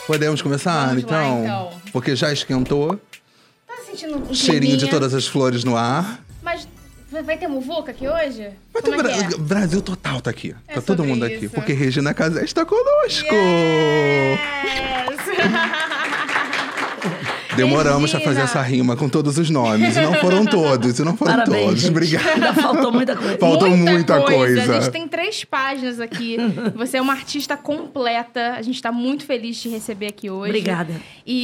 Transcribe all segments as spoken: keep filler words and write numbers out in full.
Podemos começar, Vamos então? lá, então? Porque já esquentou. Tá sentindo um Cheirinho de climinha? todas as flores no ar. Mas vai ter muvuca aqui hoje? Mas Como tem é que é? Brasil total tá aqui. É tá todo sobre mundo aqui. isso. Porque Regina Casé está conosco. Yes! Demoramos Regina. pra fazer essa rima com todos os nomes. E não foram todos, e não foram Parabéns, todos. gente. Obrigado. Ainda faltou muita coisa. Faltou muita coisa. A gente tem três páginas aqui. Você é uma artista completa. A gente tá muito feliz de te receber aqui hoje. Obrigada.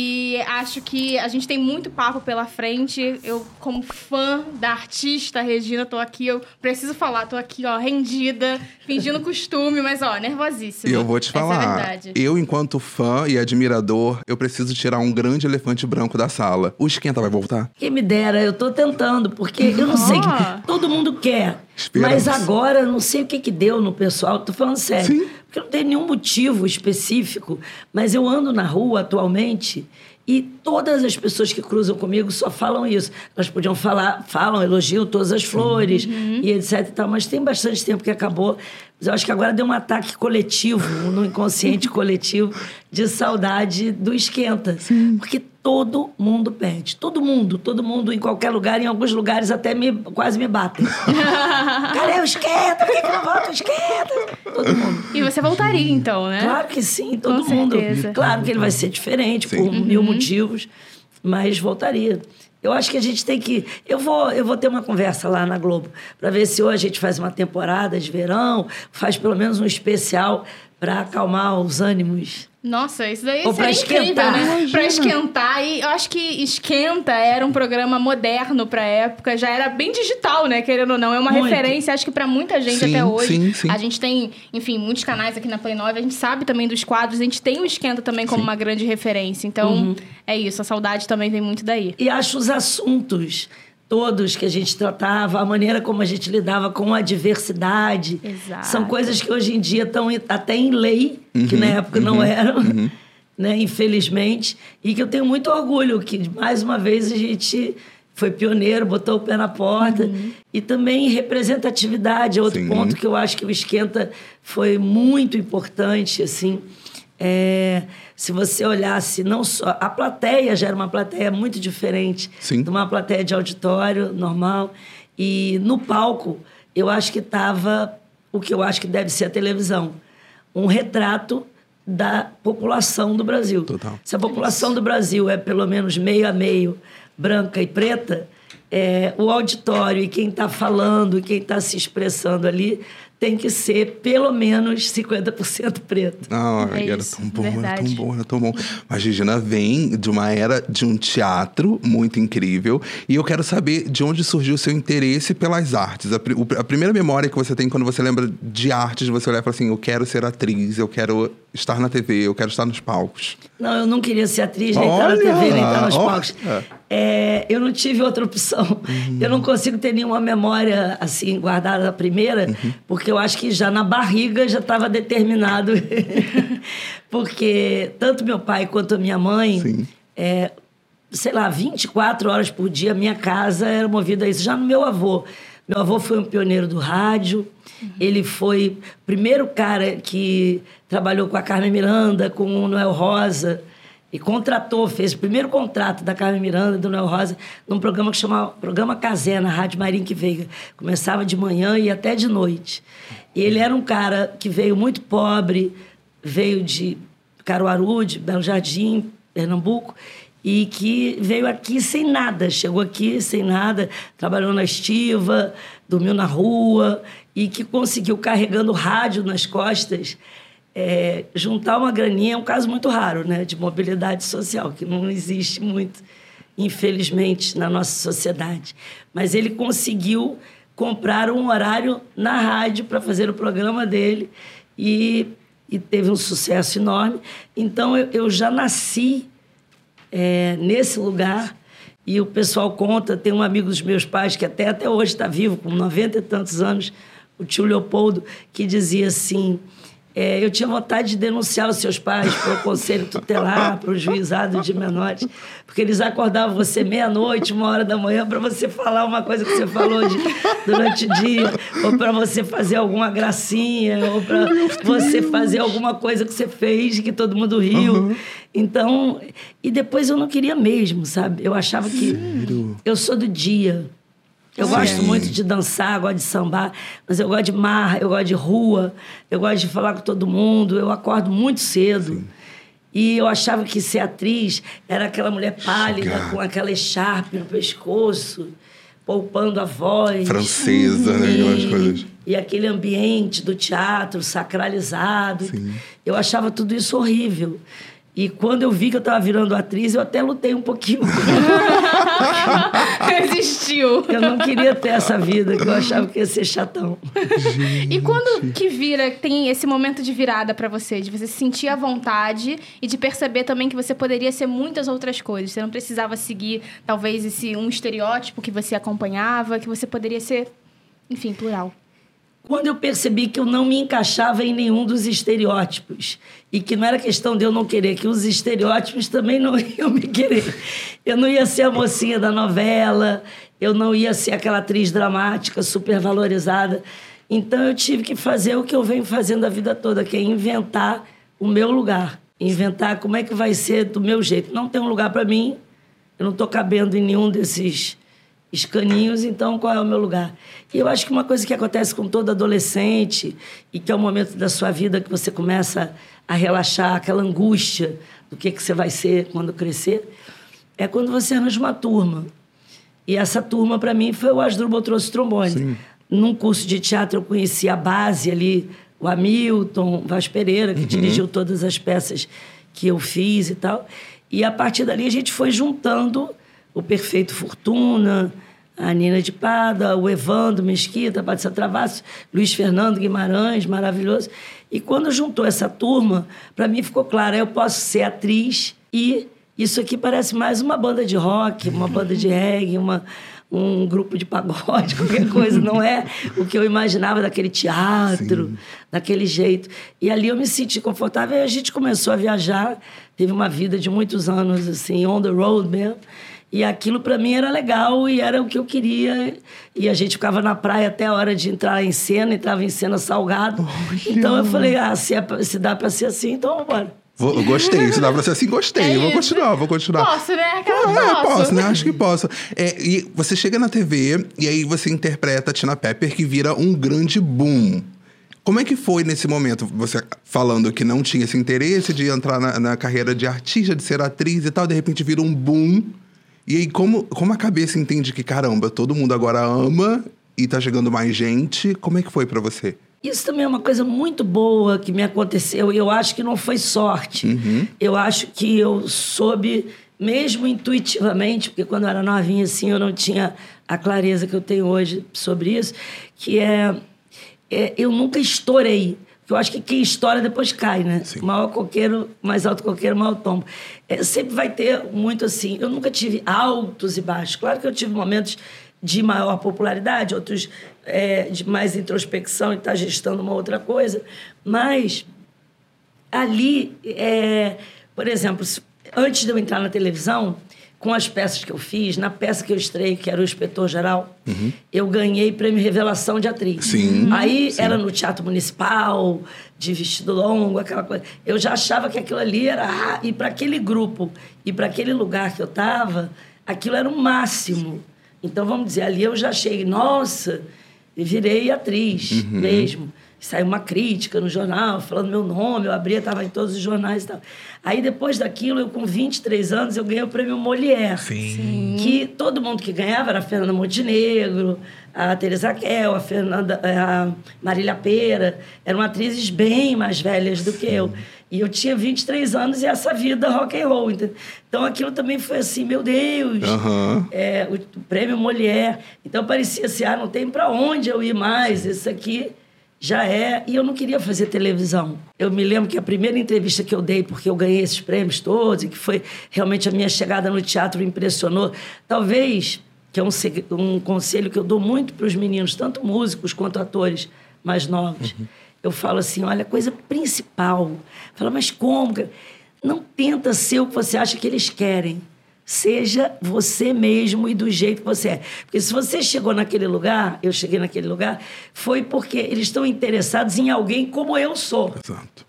E acho que a gente tem muito papo pela frente. Eu, como fã da artista Regina, tô aqui. Eu preciso falar, tô aqui, ó, rendida, fingindo costume, mas, ó, nervosíssima. E eu vou te Essa é a falar, verdade. eu, enquanto fã e admirador, eu preciso tirar um grande elefante branco da sala. O Esquenta vai voltar? Quem me dera, eu tô tentando, porque eu não sei, Ah. todo mundo quer. Esperamos. Mas agora, não sei o que que deu no pessoal, tô falando sério. Sim. Porque não tem nenhum motivo específico, mas eu ando na rua atualmente e todas as pessoas que cruzam comigo só falam isso. Elas podiam falar, falam, elogiam todas as flores e etc e tal, mas tem bastante tempo que acabou. Mas eu acho que agora deu um ataque coletivo, no inconsciente coletivo, de saudade do Esquenta. Sim. Porque todo mundo pede. Todo mundo, todo mundo, em qualquer lugar, em alguns lugares até me, quase me batem. Cadê o Esquenta? Por que, que não volta o Esquenta? Todo mundo. E você voltaria, então, né? Claro que sim, todo Com mundo. certeza. Claro que ele vai ser diferente, Sim. por mil motivos, mas voltaria. Eu acho que a gente tem que... Eu vou, eu vou ter uma conversa lá na Globo para ver se hoje a gente faz uma temporada de verão, faz pelo menos um especial para acalmar os ânimos. Nossa, isso daí Ou seria pra incrível, esquentar. né? Imagina. Pra esquentar. E eu acho que Esquenta era um programa moderno pra época. Já era bem digital, né? Querendo ou não. É uma Muito. referência, acho que pra muita gente Sim, até hoje. sim, sim. A gente tem, enfim, muitos canais aqui na Play nove. A gente sabe também dos quadros. A gente tem o Esquenta também como uma grande referência. Então, Uhum. é isso. A saudade também vem muito daí. E acho os assuntos todos que a gente tratava, a maneira como a gente lidava com a diversidade. Exato. São coisas que hoje em dia estão até em lei, que na época não eram, né, infelizmente. E que eu tenho muito orgulho que, mais uma vez, a gente foi pioneiro, botou o pé na porta. E também representatividade é outro Sim. ponto que eu acho que o Esquenta foi muito importante, assim. É, se você olhasse, não só... A plateia já era uma plateia muito diferente Sim. de uma plateia de auditório normal. E no palco, eu acho que estava o que eu acho que deve ser a televisão. Um retrato da população do Brasil. Total. Se a população do Brasil é pelo menos meio a meio branca e preta, é, o auditório e quem está falando, e quem está se expressando ali, tem que ser pelo menos cinquenta por cento preto. Ah, É era isso, tão bom, era verdade. tão bom, era tão bom. Mas Regina vem de uma era de um teatro muito incrível. E eu quero saber de onde surgiu o seu interesse pelas artes. A, pri- o- a primeira memória que você tem quando você lembra de artes, você olha e fala assim, eu quero ser atriz, eu quero estar na T V, eu quero estar nos palcos. Não, eu não queria ser atriz, nem estar na T V, nem estar nos Olha! palcos. É, eu não tive outra opção. Eu não consigo ter nenhuma memória assim guardada da primeira, porque eu acho que já na barriga já estava determinado. Porque tanto meu pai quanto a minha mãe, Sim. é, sei lá, vinte e quatro horas por dia, minha casa era movida a isso. Já no meu avô. Meu avô foi um pioneiro do rádio. Ele foi o primeiro cara que trabalhou com a Carmen Miranda, com o Noel Rosa. E contratou, fez o primeiro contrato da Carmen Miranda e do Noel Rosa num programa que chamava Programa Casé, na Rádio Marinque Veiga. Começava de manhã e ia até de noite. E ele era um cara que veio muito pobre, veio de Caruaru, de Belo Jardim, Pernambuco, e que veio aqui sem nada. Chegou aqui sem nada, trabalhou na estiva, dormiu na rua, e que conseguiu, carregando rádio nas costas, É, juntar uma graninha é um caso muito raro, né, de mobilidade social, que não existe muito, infelizmente, na nossa sociedade. Mas ele conseguiu comprar um horário na rádio para fazer o programa dele e, e teve um sucesso enorme. Então, eu, eu já nasci é, nesse lugar e o pessoal conta, tem um amigo dos meus pais que até, até hoje está vivo, com noventa e tantos anos, o tio Leopoldo, que dizia assim... É, eu tinha vontade de denunciar os seus pais para o conselho tutelar, para o juizado de menores, porque eles acordavam você meia-noite, uma hora da manhã, para você falar uma coisa que você falou de, durante o dia, ou para você fazer alguma gracinha, ou para você fazer alguma coisa que você fez que todo mundo riu. Uhum. Então, e depois eu não queria mesmo, sabe? Eu achava que Sério? eu sou do dia. Eu Sim. gosto muito de dançar, gosto de sambar, mas eu gosto de mar, eu gosto de rua, eu gosto de falar com todo mundo, eu acordo muito cedo. Sim. E eu achava que ser atriz era aquela mulher pálida, Chegar. com aquela echarpe no pescoço, poupando a voz. Francesa, né? Aquelas coisas. E aquele ambiente do teatro sacralizado. Sim. Eu achava tudo isso horrível. E quando eu vi que eu estava virando atriz, eu até lutei um pouquinho. Resistiu. Eu não queria ter essa vida, que eu achava que ia ser chatão. Gente. E quando que vira, tem esse momento de virada para você? De você sentir a vontade e de perceber também que você poderia ser muitas outras coisas. Você não precisava seguir, talvez, esse um estereótipo que você acompanhava, que você poderia ser, enfim, plural. Quando eu percebi que eu não me encaixava em nenhum dos estereótipos e que não era questão de eu não querer, que os estereótipos também não iam me querer. Eu não ia ser a mocinha da novela, eu não ia ser aquela atriz dramática super valorizada. Então eu tive que fazer o que eu venho fazendo a vida toda, que é inventar o meu lugar. Inventar como é que vai ser do meu jeito. Não tem um lugar para mim, eu não estou cabendo em nenhum desses escaninhos, então qual é o meu lugar? E eu acho que uma coisa que acontece com todo adolescente e que é o momento da sua vida que você começa a relaxar, aquela angústia do que, que você vai ser quando crescer, é quando você arranja uma turma. E essa turma, para mim, foi o Asdrubal trouxe trombone. Sim. Num curso de teatro eu conheci a base ali, o Hamilton, o Vaz Pereira, que uhum. dirigiu todas as peças que eu fiz e tal. E a partir dali a gente foi juntando o Perfeito Fortuna, a Nina de Pada, o Evandro Mesquita, a Patrícia Travassos, Luiz Fernando Guimarães, maravilhoso. E quando juntou essa turma, para mim ficou claro, eu posso ser atriz e isso aqui parece mais uma banda de rock, uma banda de reggae, uma, um grupo de pagode, qualquer coisa. Não é o que eu imaginava daquele teatro, Sim. daquele jeito. E ali eu me senti confortável e a gente começou a viajar. Teve uma vida de muitos anos, assim, on the road mesmo. E aquilo para mim era legal e era o que eu queria. E a gente ficava na praia até a hora de entrar em cena, entrava em cena salgado. Oh, então eu falei, ah, se, é, se dá para ser assim, então vamos embora. Vou, gostei, se dá pra ser assim, gostei. É vou continuar, vou continuar. Posso, né? Aquela ah, posso. É, posso, né? Acho que posso. É, e você chega na T V e aí você interpreta a Tina Pepper, que vira um grande boom. Como é que foi nesse momento? Você falando que não tinha esse interesse de entrar na, na carreira de artista, de ser atriz e tal, de repente vira um boom. E aí, como, como a cabeça entende que, caramba, todo mundo agora ama e tá chegando mais gente? Como é que foi pra você? Isso também é uma coisa muito boa que me aconteceu. E eu acho que não foi sorte. Uhum. Eu acho que eu soube, mesmo intuitivamente, porque quando eu era novinha, assim, eu não tinha a clareza que eu tenho hoje sobre isso, que é... é eu nunca estourei. Eu acho que quem estoura depois cai, né? Sim. Maior coqueiro, mais alto coqueiro, maior tombo. É, sempre vai ter muito assim... Eu nunca tive altos e baixos. Claro que eu tive momentos de maior popularidade, outros é, de mais introspecção e estar tá gestando uma outra coisa. Mas ali, é, por exemplo, antes de eu entrar na televisão, com as peças que eu fiz, na peça que eu estrei, que era o Inspetor Geral, uhum. eu ganhei prêmio Revelação de Atriz. Sim, Aí sim. era no Teatro Municipal, de vestido longo, aquela coisa. Eu já achava que aquilo ali era... Ah, e para aquele grupo, e para aquele lugar que eu estava, aquilo era o máximo. Então, vamos dizer, ali eu já achei, nossa, e virei atriz uhum. mesmo. Saiu uma crítica no jornal, falando meu nome, eu abria, estava em todos os jornais e tal. Aí, depois daquilo, eu com vinte e três anos, eu ganhei o prêmio Molière. Sim. Que todo mundo que ganhava era a Fernanda Montenegro, a Teresa Raquel, a, Fernanda, a Marília Pera. Eram atrizes bem mais velhas do que Sim. eu. E eu tinha vinte e três anos e essa vida rock and roll. Entendeu? Então, aquilo também foi assim, meu Deus, uhum. é, o, o prêmio Molière. Então, parecia assim, ah, não tem para onde eu ir mais, isso aqui... Já é, e eu não queria fazer televisão. Eu me lembro que a primeira entrevista que eu dei, porque eu ganhei esses prêmios todos, e que foi realmente a minha chegada no teatro impressionou. Talvez, que é um, um conselho que eu dou muito para os meninos, tanto músicos quanto atores mais novos, uhum. eu falo assim, olha, a coisa principal. Fala, mas como? Não tenta ser o que você acha que eles querem. Seja você mesmo e do jeito que você é. Porque se você chegou naquele lugar, eu cheguei naquele lugar, foi porque eles estão interessados em alguém como eu sou. Exato.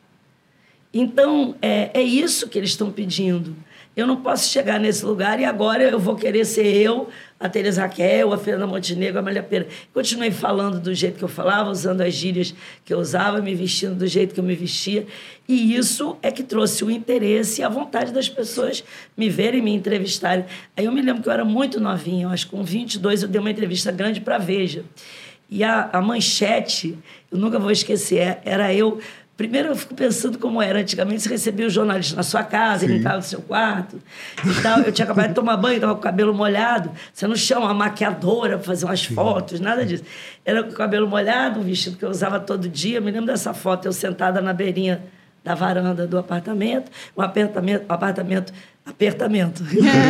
Então, é, é isso que eles estão pedindo. Eu não posso chegar nesse lugar e agora eu vou querer ser eu, a Tereza Raquel, a Fernanda Montenegro, a Amália Pera. Continuei falando do jeito que eu falava, usando as gírias que eu usava, me vestindo do jeito que eu me vestia. E isso é que trouxe o interesse e a vontade das pessoas me verem, me entrevistarem. Aí eu me lembro que eu era muito novinha, eu acho que com vinte e dois eu dei uma entrevista grande para a Veja. E a, a manchete, eu nunca vou esquecer, era eu... Primeiro, eu fico pensando como era. Antigamente, você recebia o jornalista na sua casa, ele entrava no seu quarto e tal. Eu tinha acabado de tomar banho, estava com o cabelo molhado. Você não chama uma maquiadora para fazer umas fotos, nada disso. Era com o cabelo molhado, um vestido que eu usava todo dia. Eu me lembro dessa foto, eu sentada na beirinha da varanda do apartamento. Um apartamento... Um apartamento apertamento.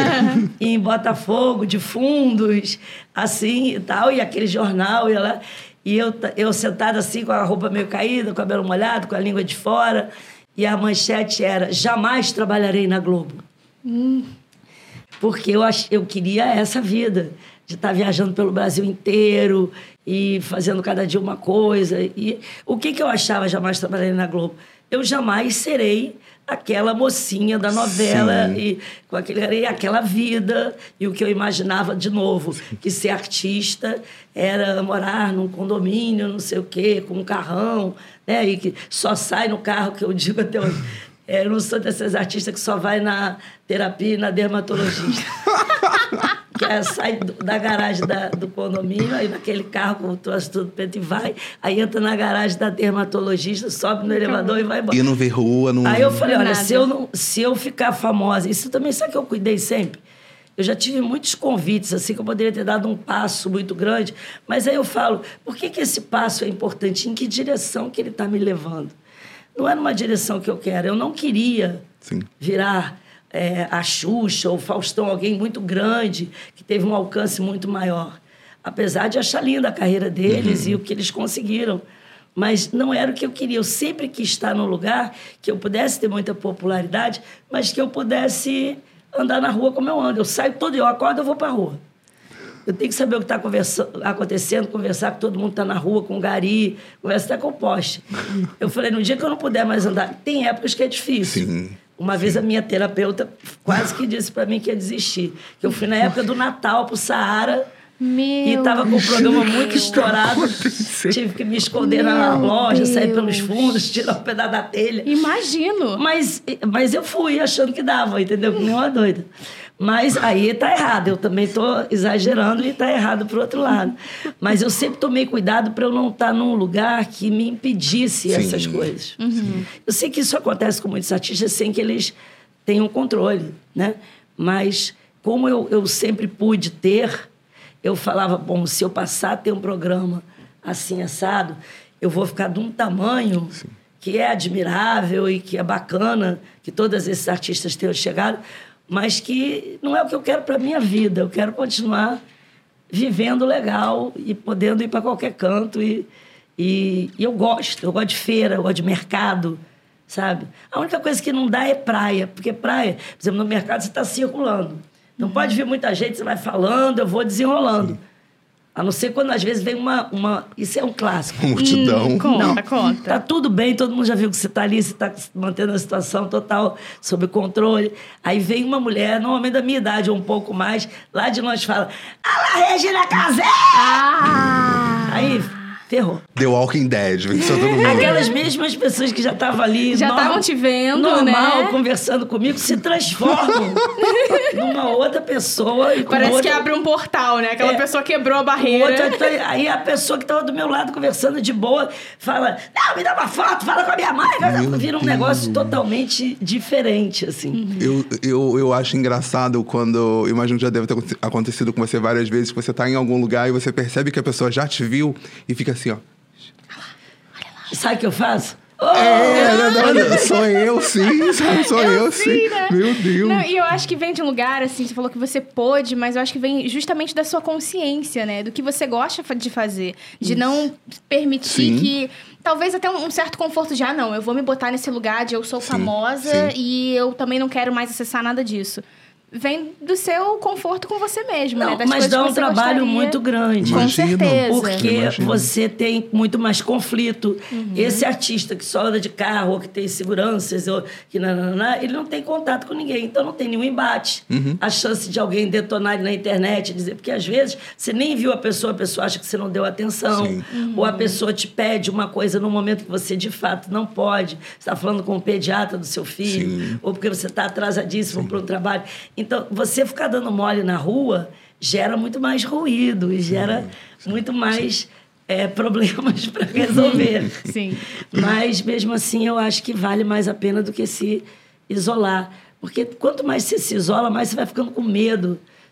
E em Botafogo, de fundos, assim e tal. E aquele jornal, ia lá... E eu, eu sentada assim, com a roupa meio caída, com o cabelo molhado, com a língua de fora. E a manchete era, jamais trabalharei na Globo. Hum. Porque eu, ach, eu queria essa vida, de estar viajando pelo Brasil inteiro e fazendo cada dia uma coisa. E o que, que eu achava jamais trabalharei na Globo? Eu jamais serei aquela mocinha da novela e com aquele, e aquela vida. E o que eu imaginava, de novo, que ser artista era morar num condomínio, não sei o quê, com um carrão, né? E que só sai no carro, que eu digo até hoje. É, eu não sou dessas artistas que só vai na terapia e na dermatologista. Que é, sai do, da garagem da, do condomínio, aí naquele carro com o troço tudo preto e vai. Aí entra na garagem da dermatologista, sobe no elevador e vai embora. E não vê rua, não... Aí eu falei, olha, se eu, não, se eu ficar famosa... Isso também, sabe que eu cuidei sempre? Eu já tive muitos convites, assim, que eu poderia ter dado um passo muito grande. Mas aí eu falo, por que, que esse passo é importante? Em que direção que ele está me levando? Não é numa direção que eu quero. Eu não queria Sim. virar... É, a Xuxa ou o Faustão, alguém muito grande, que teve um alcance muito maior. Apesar de achar linda a carreira deles uhum. e o que eles conseguiram. Mas não era o que eu queria. Eu sempre quis estar num lugar que eu pudesse ter muita popularidade, mas que eu pudesse andar na rua como eu ando. Eu saio todo dia, eu acordo, eu vou para a rua. Eu tenho que saber o que está acontecendo, conversar com todo mundo que está na rua, com o gari, conversa até com o poste. Eu falei, no dia que eu não puder mais andar... Tem épocas que é difícil. Sim. Uma vez a minha terapeuta quase que disse para mim que ia desistir. Que eu fui na época do Natal pro Saara Meu e estava com o programa Deus. muito estourado. Tive que me esconder Meu na loja, Deus. sair pelos fundos, tirar um pedaço da telha. Imagino! Mas, mas eu fui achando que dava, entendeu? Que nem uma doida. Mas aí tá errado. Eu também tô exagerando e tá errado pro outro lado. Mas eu sempre tomei cuidado para eu não estar num lugar que me impedisse Sim. essas coisas. Uhum. Eu sei que isso acontece com muitos artistas sem que eles tenham controle, né? Mas como eu, eu sempre pude ter, eu falava, bom, se eu passar a ter um programa assim, assado, eu vou ficar de um tamanho Sim. que é admirável e que é bacana, que todos esses artistas tenham chegado, mas que não é o que eu quero para a minha vida. Eu quero continuar vivendo legal e podendo ir para qualquer canto. E, e, e eu gosto. Eu gosto de feira, eu gosto de mercado, sabe? A única coisa que não dá é praia. Porque praia, por exemplo, no mercado você está circulando. Não uhum. pode vir muita gente, você vai falando, eu vou desenrolando. Sim. A não ser quando, às vezes, vem uma... uma... Isso é um clássico. Multidão. Hum, conta, não, conta. Tá tudo bem, todo mundo já viu que você tá ali, você tá mantendo a situação total sob controle. Aí vem uma mulher, normalmente da minha idade ou um pouco mais, lá de longe fala, Alá, Regina Casé! Ah! Aí... ferrou. The Walking Dead, vem só todo mundo. Aquelas mesmas pessoas que já estavam ali... Já estavam te vendo, normal, né? conversando comigo, se transformam numa outra pessoa. E com Parece outra... que abre um portal, né? Aquela é, pessoa quebrou a barreira. Outra, aí a pessoa que estava do meu lado conversando de boa fala, não, me dá uma foto, fala com a minha mãe. Meu Vira um Deus. negócio totalmente diferente, assim. Uhum. Eu, eu, eu acho engraçado quando... Eu imagino que já deve ter acontecido com você várias vezes, que você está em algum lugar e você percebe que a pessoa já te viu e fica assim, ó. Sabe o que eu faço? Oh! É, não, não, sou eu sim, sabe? Sou eu, eu sim. sim. Né? Meu Deus. Não, e eu acho que vem de um lugar, assim, você falou que você pôde, mas eu acho que vem justamente da sua consciência, né? Do que você gosta de fazer. De Isso. não permitir sim. que talvez até um certo conforto de, ah, não, eu vou me botar nesse lugar de eu sou Sim, famosa sim. e eu também não quero mais acessar nada disso. Vem do seu conforto com você mesmo, Não, né? Das mas coisas dá que um você trabalho gostaria. muito grande. Com Imagino. certeza. Porque Imagino. você tem muito mais conflito. Uhum. Esse artista que só anda de carro, ou que tem seguranças, ou que nananã, ele não tem contato com ninguém, então não tem nenhum embate. Uhum. A chance de alguém detonar ele na internet, dizer, porque às vezes você nem viu a pessoa, a pessoa acha que você não deu atenção, Sim. Uhum. ou a pessoa te pede uma coisa no momento que você de fato não pode. Você está falando com o pediatra do seu filho, Sim. ou porque você está atrasadíssimo para um trabalho. Então, você ficar dando mole na rua gera muito mais ruído e gera muito mais é, problemas para resolver. Sim. Mas, mesmo assim, eu acho que vale mais a pena do que se isolar. Porque quanto mais você se isola, mais você vai ficando com medo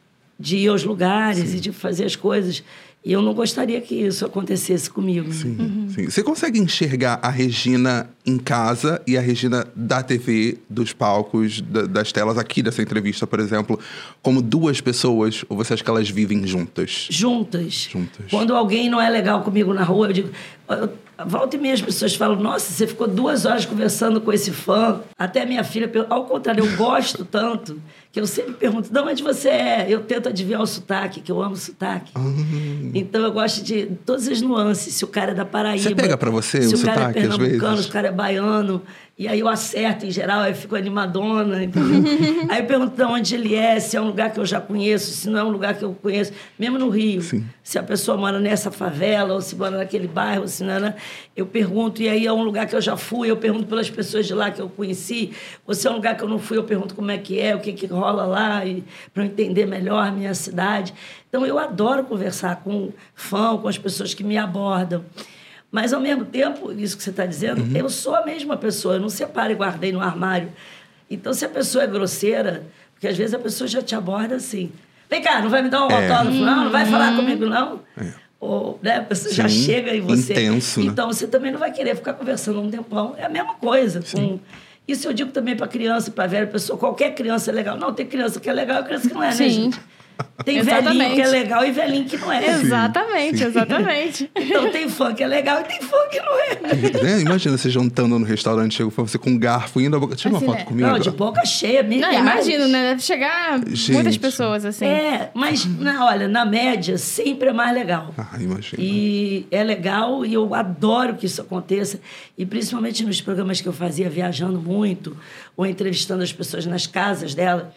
de ir aos lugares Sim. e de fazer as coisas. E eu não gostaria que isso acontecesse comigo. Sim, Uhum. sim. Você consegue enxergar a Regina em casa e a Regina da T V, dos palcos, da- das telas aqui dessa entrevista, por exemplo, como duas pessoas? Ou você acha que elas vivem juntas? Juntas. Juntas. Quando alguém não é legal comigo na rua, eu digo... Eu, volta e meia as pessoas falam, nossa, você ficou duas horas conversando com esse fã. Até a minha filha, ao contrário, eu gosto tanto que eu sempre pergunto, de onde você é? Eu tento adivinhar o sotaque, que eu amo sotaque. Então eu gosto de todas as nuances. Se o cara é da Paraíba... Você pega pra você se o o cara sotaque, é às pernambucano, vezes? se o cara é baiano... E aí eu acerto, em geral, aí eu fico animadona, entendeu? Aí eu pergunto de onde ele é, se é um lugar que eu já conheço, se não é um lugar que eu conheço. Mesmo no Rio, Sim. se a pessoa mora nessa favela, ou se mora naquele bairro, ou se não é... Eu pergunto, e aí é um lugar que eu já fui, eu pergunto pelas pessoas de lá que eu conheci, ou se é um lugar que eu não fui, eu pergunto como é que é, o que, que rola lá, para eu entender melhor a minha cidade. Então, eu adoro conversar com fã, com as pessoas que me abordam. Mas, ao mesmo tempo, isso que você está dizendo, Uhum. eu sou a mesma pessoa, eu não separo e guardei no armário. Então, se a pessoa é grosseira, porque às vezes a pessoa já te aborda assim, vem cá, não vai me dar um É. autógrafo, não? Não vai falar comigo, não? É. Ou, né, a pessoa já Sim, chega em você. intenso, né? Então, você também não vai querer ficar conversando um tempão. É a mesma coisa. Com... Isso eu digo também para criança, para velha pessoa. Qualquer criança é legal. Não, tem criança que é legal e criança que não é, né, Sim. gente? Tem Exatamente. velhinho que é legal e velhinho que não é. Exatamente, exatamente. Então, tem fã que é legal e tem fã que não é. Né? Imagina você jantando no restaurante, chega pra você com um garfo indo a boca. Tira uma Assim, foto né? comigo. Não, de boca cheia, Não, milhares. imagino, né? Deve chegar Gente. muitas pessoas, assim. É, mas, na, olha, na média, sempre é mais legal. Ah, imagina. E é legal e eu adoro que isso aconteça. E principalmente nos programas que eu fazia viajando muito, ou entrevistando as pessoas nas casas dela.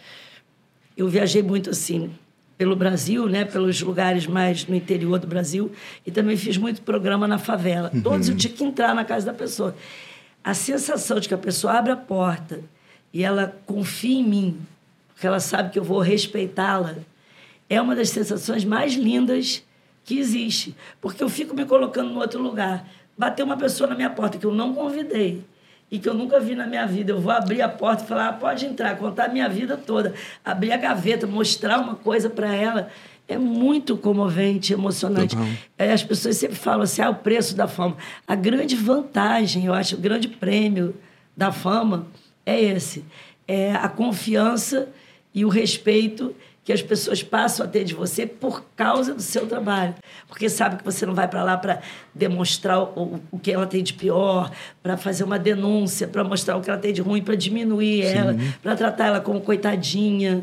Eu viajei muito assim, pelo Brasil, né? Pelos lugares mais no interior do Brasil. E também fiz muito programa na favela. Uhum. Todos eu tinha que entrar na casa da pessoa. A sensação de que a pessoa abre a porta e ela confia em mim, porque ela sabe que eu vou respeitá-la, é uma das sensações mais lindas que existe. Porque eu fico me colocando no outro lugar. Bateu uma pessoa na minha porta que eu não convidei e que eu nunca vi na minha vida. Eu vou abrir a porta e falar, ah, pode entrar, contar a minha vida toda. Abrir a gaveta, mostrar uma coisa para ela. É muito comovente, emocionante. Total. É, as pessoas sempre falam assim, ah, o preço da fama. A grande vantagem, eu acho, o grande prêmio da fama é esse. É a confiança e o respeito que as pessoas passam a ter de você por causa do seu trabalho. Porque sabe que você não vai para lá para demonstrar o, o que ela tem de pior, para fazer uma denúncia, para mostrar o que ela tem de ruim, para diminuir Sim. ela, para tratar ela como coitadinha,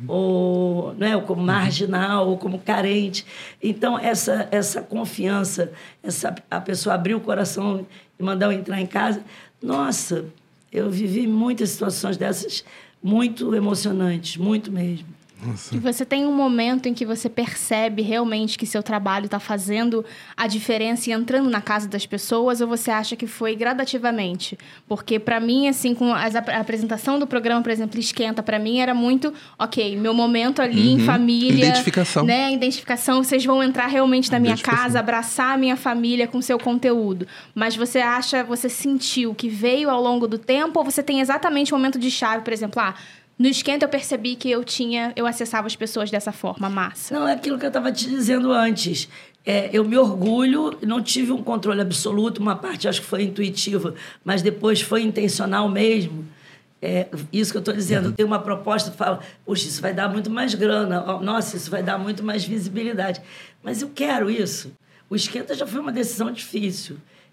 ou, né, ou como marginal, ou como carente. Então, essa, essa confiança, essa, a pessoa abrir o coração e mandar eu entrar em casa, nossa, eu vivi muitas situações dessas muito emocionantes, muito mesmo. Nossa. E você tem um momento em que você percebe realmente que seu trabalho está fazendo a diferença e entrando na casa das pessoas, ou você acha que foi gradativamente? Porque para mim, assim, com as, a apresentação do programa, por exemplo, Esquenta, para mim era muito, ok, meu momento ali Uhum. em família. Identificação. Né? Identificação, vocês vão entrar realmente na minha Identificação. casa, abraçar a minha família com seu conteúdo. Mas você acha, você sentiu que veio ao longo do tempo, ou você tem exatamente o momento de chave, por exemplo, ah, no Esquenta eu percebi que eu tinha, eu acessava as pessoas dessa forma, massa. Não, é aquilo que eu estava te dizendo antes. É, eu me orgulho, não tive um controle absoluto, uma parte acho que foi intuitiva, mas depois foi intencional mesmo. É, isso que eu estou dizendo, eu tenho uma proposta, falo, puxa, isso vai dar muito mais grana, ó, nossa, isso vai dar muito mais visibilidade. Mas eu quero isso. O Esquenta já foi uma decisão difícil.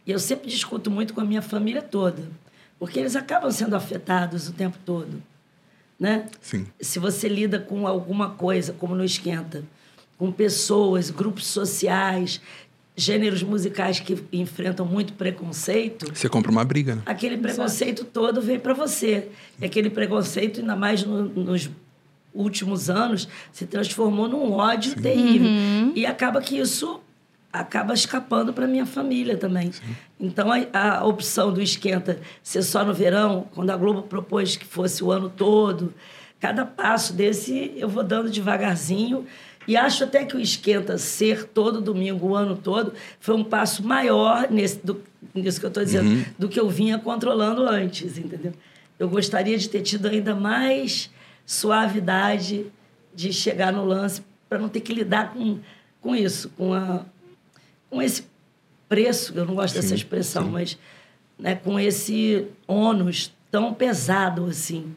E eu sempre discuto muito com a minha família toda, porque eles acabam sendo afetados o tempo todo, né? Sim. Se você lida com alguma coisa, como no Esquenta, com pessoas, grupos sociais, gêneros musicais que enfrentam muito preconceito... Você compra uma briga, né? Aquele preconceito Exato. todo vem para você. E aquele preconceito, ainda mais no, nos últimos anos, se transformou num ódio Sim. terrível. Uhum. E acaba que isso acaba escapando para minha família também. Sim. Então, a, a opção do Esquenta ser só no verão, quando a Globo propôs que fosse o ano todo, cada passo desse eu vou dando devagarzinho. E acho até que o Esquenta ser todo domingo, o ano todo, foi um passo maior nesse, do, nisso que eu estou dizendo, uhum. do que eu vinha controlando antes, entendeu? Eu gostaria de ter tido ainda mais suavidade de chegar no lance para não ter que lidar com, com isso, com, a, com esse preço, eu não gosto sim, dessa expressão, sim. mas né, com esse ônus tão pesado assim.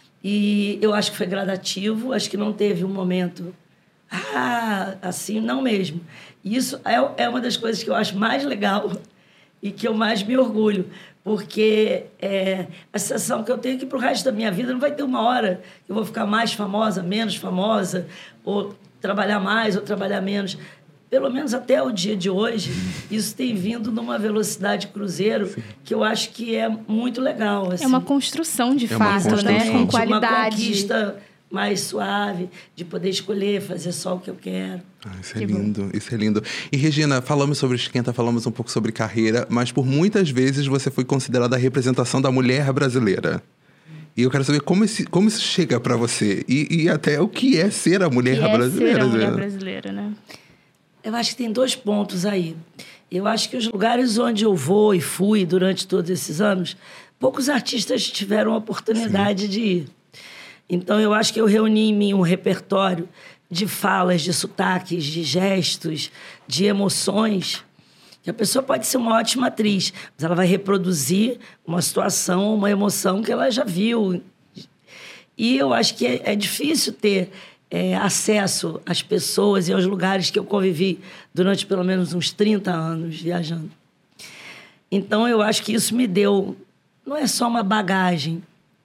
E eu acho que foi gradativo, acho que não teve um momento... Ah, assim, não mesmo. Isso é, é uma das coisas que eu acho mais legal e que eu mais me orgulho, porque é, a sensação que eu tenho é que para o resto da minha vida não vai ter uma hora que eu vou ficar mais famosa, menos famosa, ou trabalhar mais ou trabalhar menos. Pelo menos até o dia de hoje, isso tem vindo numa velocidade cruzeiro Sim. que eu acho que é muito legal. Assim. É uma construção de é fato, construção. né? Com qualidade. Uma conquista mais suave, de poder escolher, fazer só o que eu quero. Ah, isso é que lindo, bom. Isso é lindo. E, Regina, falamos sobre Esquenta, falamos um pouco sobre carreira, mas por muitas vezes você foi considerada a representação da mulher brasileira. E eu quero saber como, esse, como isso chega para você e, e até o que é ser a mulher que brasileira. É ser a mulher brasileira, né? Eu acho que tem dois pontos aí. Eu acho que os lugares onde eu vou e fui durante todos esses anos, poucos artistas tiveram a oportunidade Sim. de ir. Então, eu acho que eu reuni em mim um repertório de falas, de sotaques, de gestos, de emoções, que a pessoa pode ser uma ótima atriz, mas ela vai reproduzir uma situação, uma emoção que ela já viu. E eu acho que é, é difícil ter é, acesso às pessoas e aos lugares que eu convivi durante pelo menos uns trinta anos viajando. Então, eu acho que isso me deu... Não é só uma bagagem...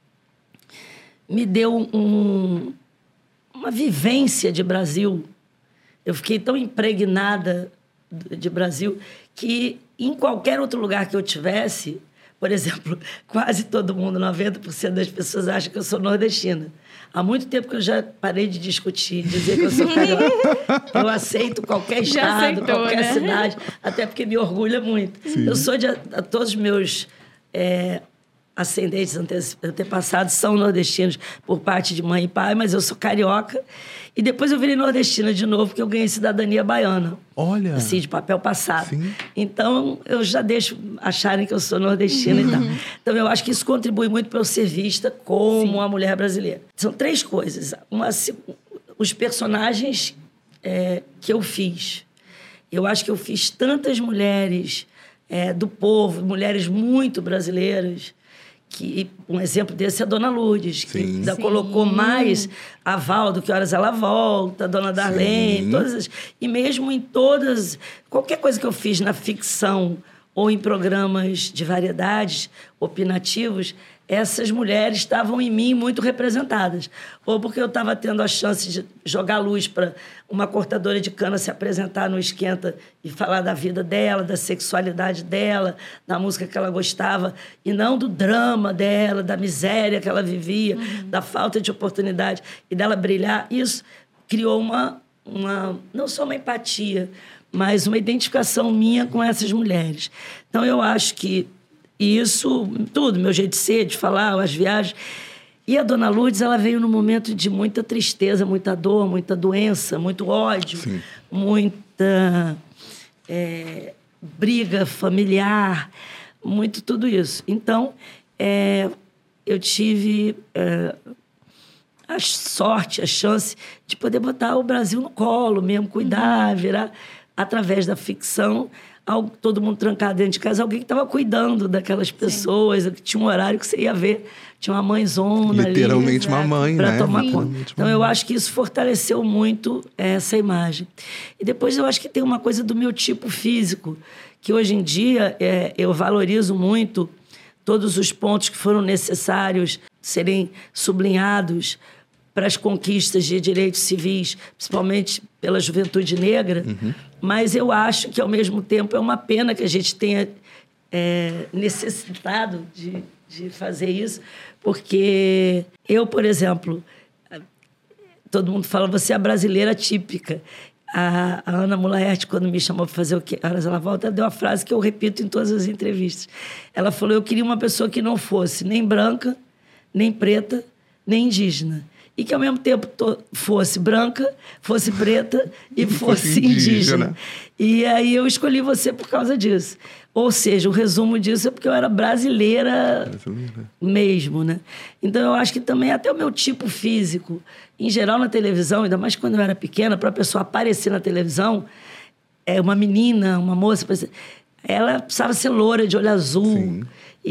me deu um, uma vivência de Brasil. Eu fiquei tão impregnada de Brasil que, em qualquer outro lugar que eu tivesse, por exemplo, quase todo mundo, noventa por cento das pessoas acham que eu sou nordestina. Há muito tempo que eu já parei de discutir, dizer que eu sou carioca. Eu aceito qualquer estado, aceitou, qualquer né? cidade, até porque me orgulha muito. Sim. Eu sou de... A, a todos os meus... É, ascendentes antepassados são nordestinos por parte de mãe e pai, mas eu sou carioca. E depois eu virei nordestina de novo, porque eu ganhei cidadania baiana. Olha! Assim, de papel passado. Sim. Então, eu já deixo acharem que eu sou nordestina uhum. e tal. Então, eu acho que isso contribui muito para eu ser vista como Sim. uma mulher brasileira. São três coisas. Uma, os personagens é, que eu fiz. Eu acho que eu fiz tantas mulheres é, do povo, mulheres muito brasileiras, que um exemplo desse é a Dona Lourdes, que Sim. ainda Sim. colocou mais aval do Que Horas Ela Volta, a Dona Darlene, Sim. todas as, e mesmo em todas... Qualquer coisa que eu fiz na ficção ou em programas de variedades opinativos, essas mulheres estavam em mim muito representadas. Ou porque eu estava tendo a chance de jogar luz para uma cortadora de cana se apresentar no Esquenta e falar da vida dela, da sexualidade dela, da música que ela gostava, e não do drama dela, da miséria que ela vivia, uhum. da falta de oportunidade, e dela brilhar. Isso criou uma, uma não só uma empatia, mas uma identificação minha com essas mulheres. Então, eu acho que isso, tudo, meu jeito de ser, de falar, as viagens. E a Dona Lourdes, ela veio num momento de muita tristeza, muita dor, muita doença, muito ódio, Sim. muita é, briga familiar, muito tudo isso. Então, é, eu tive é, a sorte, a chance de poder botar o Brasil no colo mesmo, cuidar, virar, através da ficção... todo mundo trancado dentro de casa, alguém que estava cuidando daquelas pessoas, Sim. que tinha um horário que você ia ver, tinha uma mãezona ali. Literalmente uma mãe, pra né? tomar conta. Então, mãe. eu acho que isso fortaleceu muito essa imagem. E depois eu acho que tem uma coisa do meu tipo físico, que hoje em dia é, eu valorizo muito todos os pontos que foram necessários serem sublinhados para as conquistas de direitos civis, principalmente pela juventude negra, uhum. mas eu acho que, ao mesmo tempo, é uma pena que a gente tenha é, necessitado de, de fazer isso, porque eu, por exemplo, todo mundo fala, você é a brasileira típica. A, a Ana Mulaerte, quando me chamou para fazer o Que Horas Ela Volta, ela deu uma frase que eu repito em todas as entrevistas. Ela falou, eu queria uma pessoa que não fosse nem branca, nem preta, nem indígena. E que, ao mesmo tempo, to- fosse branca, fosse preta e fosse, fosse indígena. indígena. E aí eu escolhi você por causa disso. Ou seja, o resumo disso é porque eu era brasileira, brasileira mesmo, né? Então, eu acho que também até o meu tipo físico, em geral na televisão, ainda mais quando eu era pequena, para a pessoa aparecer na televisão, é uma menina, uma moça, ela precisava ser loura, de olho azul. Sim.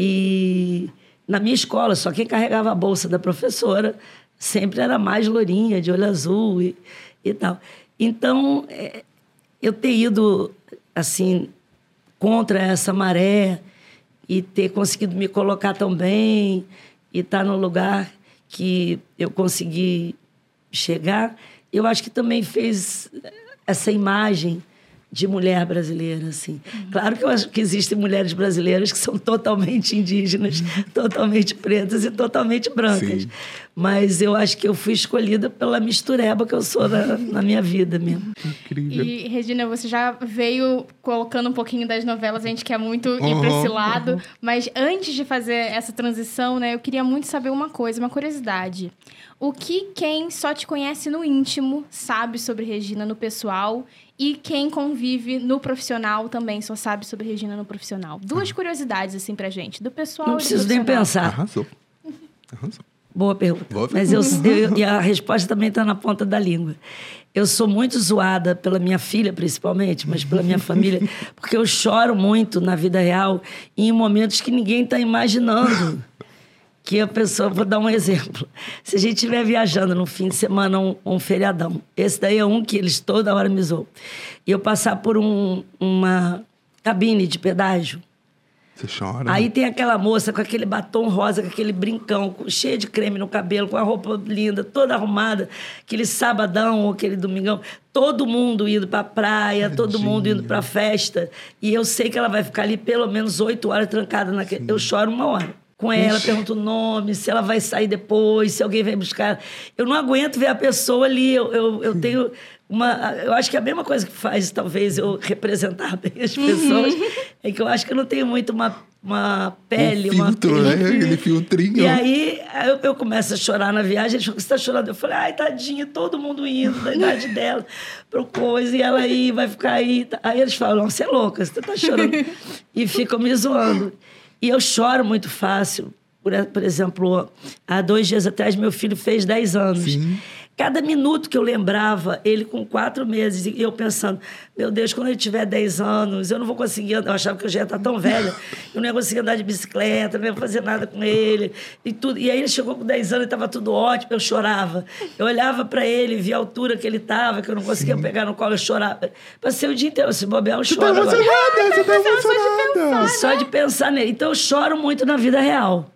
E na minha escola, só quem carregava a bolsa da professora sempre era mais lourinha, de olho azul e, e tal. Então, é, eu ter ido, assim, contra essa maré e ter conseguido me colocar tão bem e estar no lugar que eu consegui chegar, eu acho que também fez essa imagem de mulher brasileira, assim. Uhum. Claro que eu acho que existem mulheres brasileiras que são totalmente indígenas, uhum. totalmente pretas e totalmente brancas. Sim. Mas eu acho que eu fui escolhida pela mistureba que eu sou na, na minha vida mesmo. Incrível. E, Regina, você já veio colocando um pouquinho das novelas, a gente quer muito uhum. ir para esse lado. Uhum. Mas antes de fazer essa transição, né, eu queria muito saber uma coisa, uma curiosidade. O que quem só te conhece no íntimo sabe sobre Regina no pessoal e quem convive no profissional também só sabe sobre Regina no profissional? Duas curiosidades, assim, pra gente, do pessoal Não e do preciso nem pensar. Arrasou. Arrasou. Boa pergunta. Boa Mas eu, eu, e a resposta também está na ponta da língua. Eu sou muito zoada pela minha filha, principalmente, mas pela minha família, porque eu choro muito na vida real em momentos que ninguém está imaginando. Que a pessoa... Vou dar um exemplo. Se a gente estiver viajando no fim de semana, um, um feriadão, esse daí é um que eles toda hora me zoam, e eu passar por um, uma cabine de pedágio, você chora? Aí tem aquela moça com aquele batom rosa, com aquele brincão, com, cheio de creme no cabelo, com a roupa linda, toda arrumada, aquele sabadão ou aquele domingão, todo mundo indo pra praia, Tadinha. Todo mundo indo pra festa, e eu sei que ela vai ficar ali pelo menos oito horas trancada naquele... Sim. Eu choro uma hora com ela, Ixi. Pergunto o nome, se ela vai sair depois, se alguém vem buscar. Eu não aguento ver a pessoa ali, eu, eu, eu tenho... Uma, eu acho que a mesma coisa que faz, talvez, eu representar bem as pessoas, uhum. é que eu acho que eu não tenho muito uma, uma pele, um filtro, uma... né? Aquele filtrinho. E aí, eu, eu começo a chorar na viagem, eles falam, você está chorando? Eu falei, ai, tadinha, todo mundo indo, da idade dela, pro coisa, e ela aí, vai ficar aí. Aí eles falam, não, você é louca, você está chorando. E ficam me zoando. E eu choro muito fácil. Por, por exemplo, há dois dias atrás, meu filho fez dez anos. Sim. Cada minuto que eu lembrava, ele com quatro meses, e eu pensando, meu Deus, quando ele tiver dez anos, eu não vou conseguir andar. Eu achava que eu já ia estar tão velha, eu não ia conseguir andar de bicicleta, não ia fazer nada com ele. E, tudo. E aí ele chegou com dez anos e estava tudo ótimo, eu chorava. Eu olhava para ele, via a altura que ele estava, que eu não conseguia Sim. pegar no colo, eu chorava. Passei o dia inteiro, se bobear, eu choro. Você está emocionada, você está emocionada. Só de pensar nele. Então eu choro muito na vida real.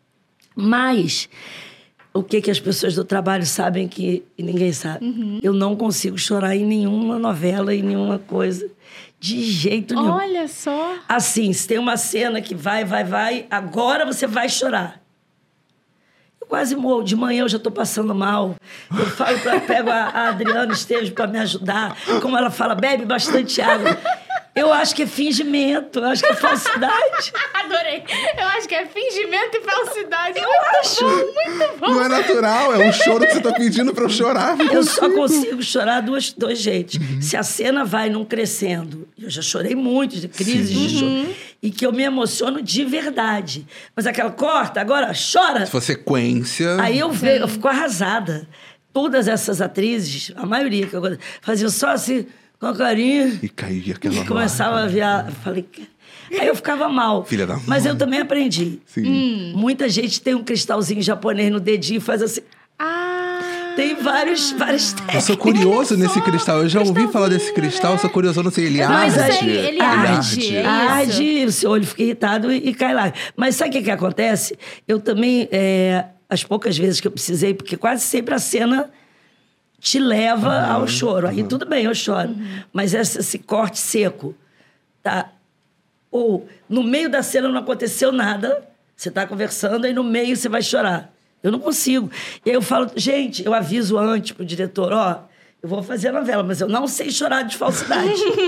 Mas... O que, que as pessoas do trabalho sabem que ninguém sabe? Uhum. Eu não consigo chorar em nenhuma novela, em nenhuma coisa. De jeito nenhum. Olha só. Assim, se tem uma cena que vai, vai, vai, agora você vai chorar. Eu quase morro. De manhã eu já estou passando mal. Eu falo pra, pego a, a Adriana Esteves para me ajudar. Como ela fala, bebe bastante água. Eu acho que é fingimento, eu acho que é falsidade. Adorei. Eu acho que é fingimento e falsidade. Eu muito acho. Bom, muito bom. Não é natural, é um choro que você tá pedindo pra eu chorar. Eu consigo. Só consigo chorar dois, dois jeitos. Uhum. Se a cena vai num crescendo, eu já chorei muito de crises Sim. de choro, uhum. e que eu me emociono de verdade. Mas aquela corta, agora chora. Se for sequência... Aí eu, vejo, eu fico arrasada. Todas essas atrizes, a maioria que eu gosto, faziam só assim... com carinho. E caía aquela E começava a viar. Falei... Aí eu ficava mal. Filha da Mas mãe. eu também aprendi. Sim. Hum. Muita gente tem um cristalzinho japonês no dedinho e faz assim... Ah! Tem vários, várias técnicas. Eu sou curioso nesse cristal. Eu já ouvi cristalzinho, falar desse cristal, eu sou curioso, eu não sei. Ele Mas arde. aí- ele arde, é Arde, o seu olho fica irritado e, e cai lá. Mas sabe o que, que acontece? Eu também, é, as poucas vezes que eu precisei, porque quase sempre a cena te leva Uhum, ao choro. Aí uhum. tudo bem, eu choro. Mas esse, esse corte seco, tá? Ou no meio da cena não aconteceu nada, você tá conversando, aí no meio você vai chorar. Eu não consigo. E aí eu falo, gente, eu aviso antes pro diretor, ó, eu vou fazer a novela, mas eu não sei chorar de falsidade.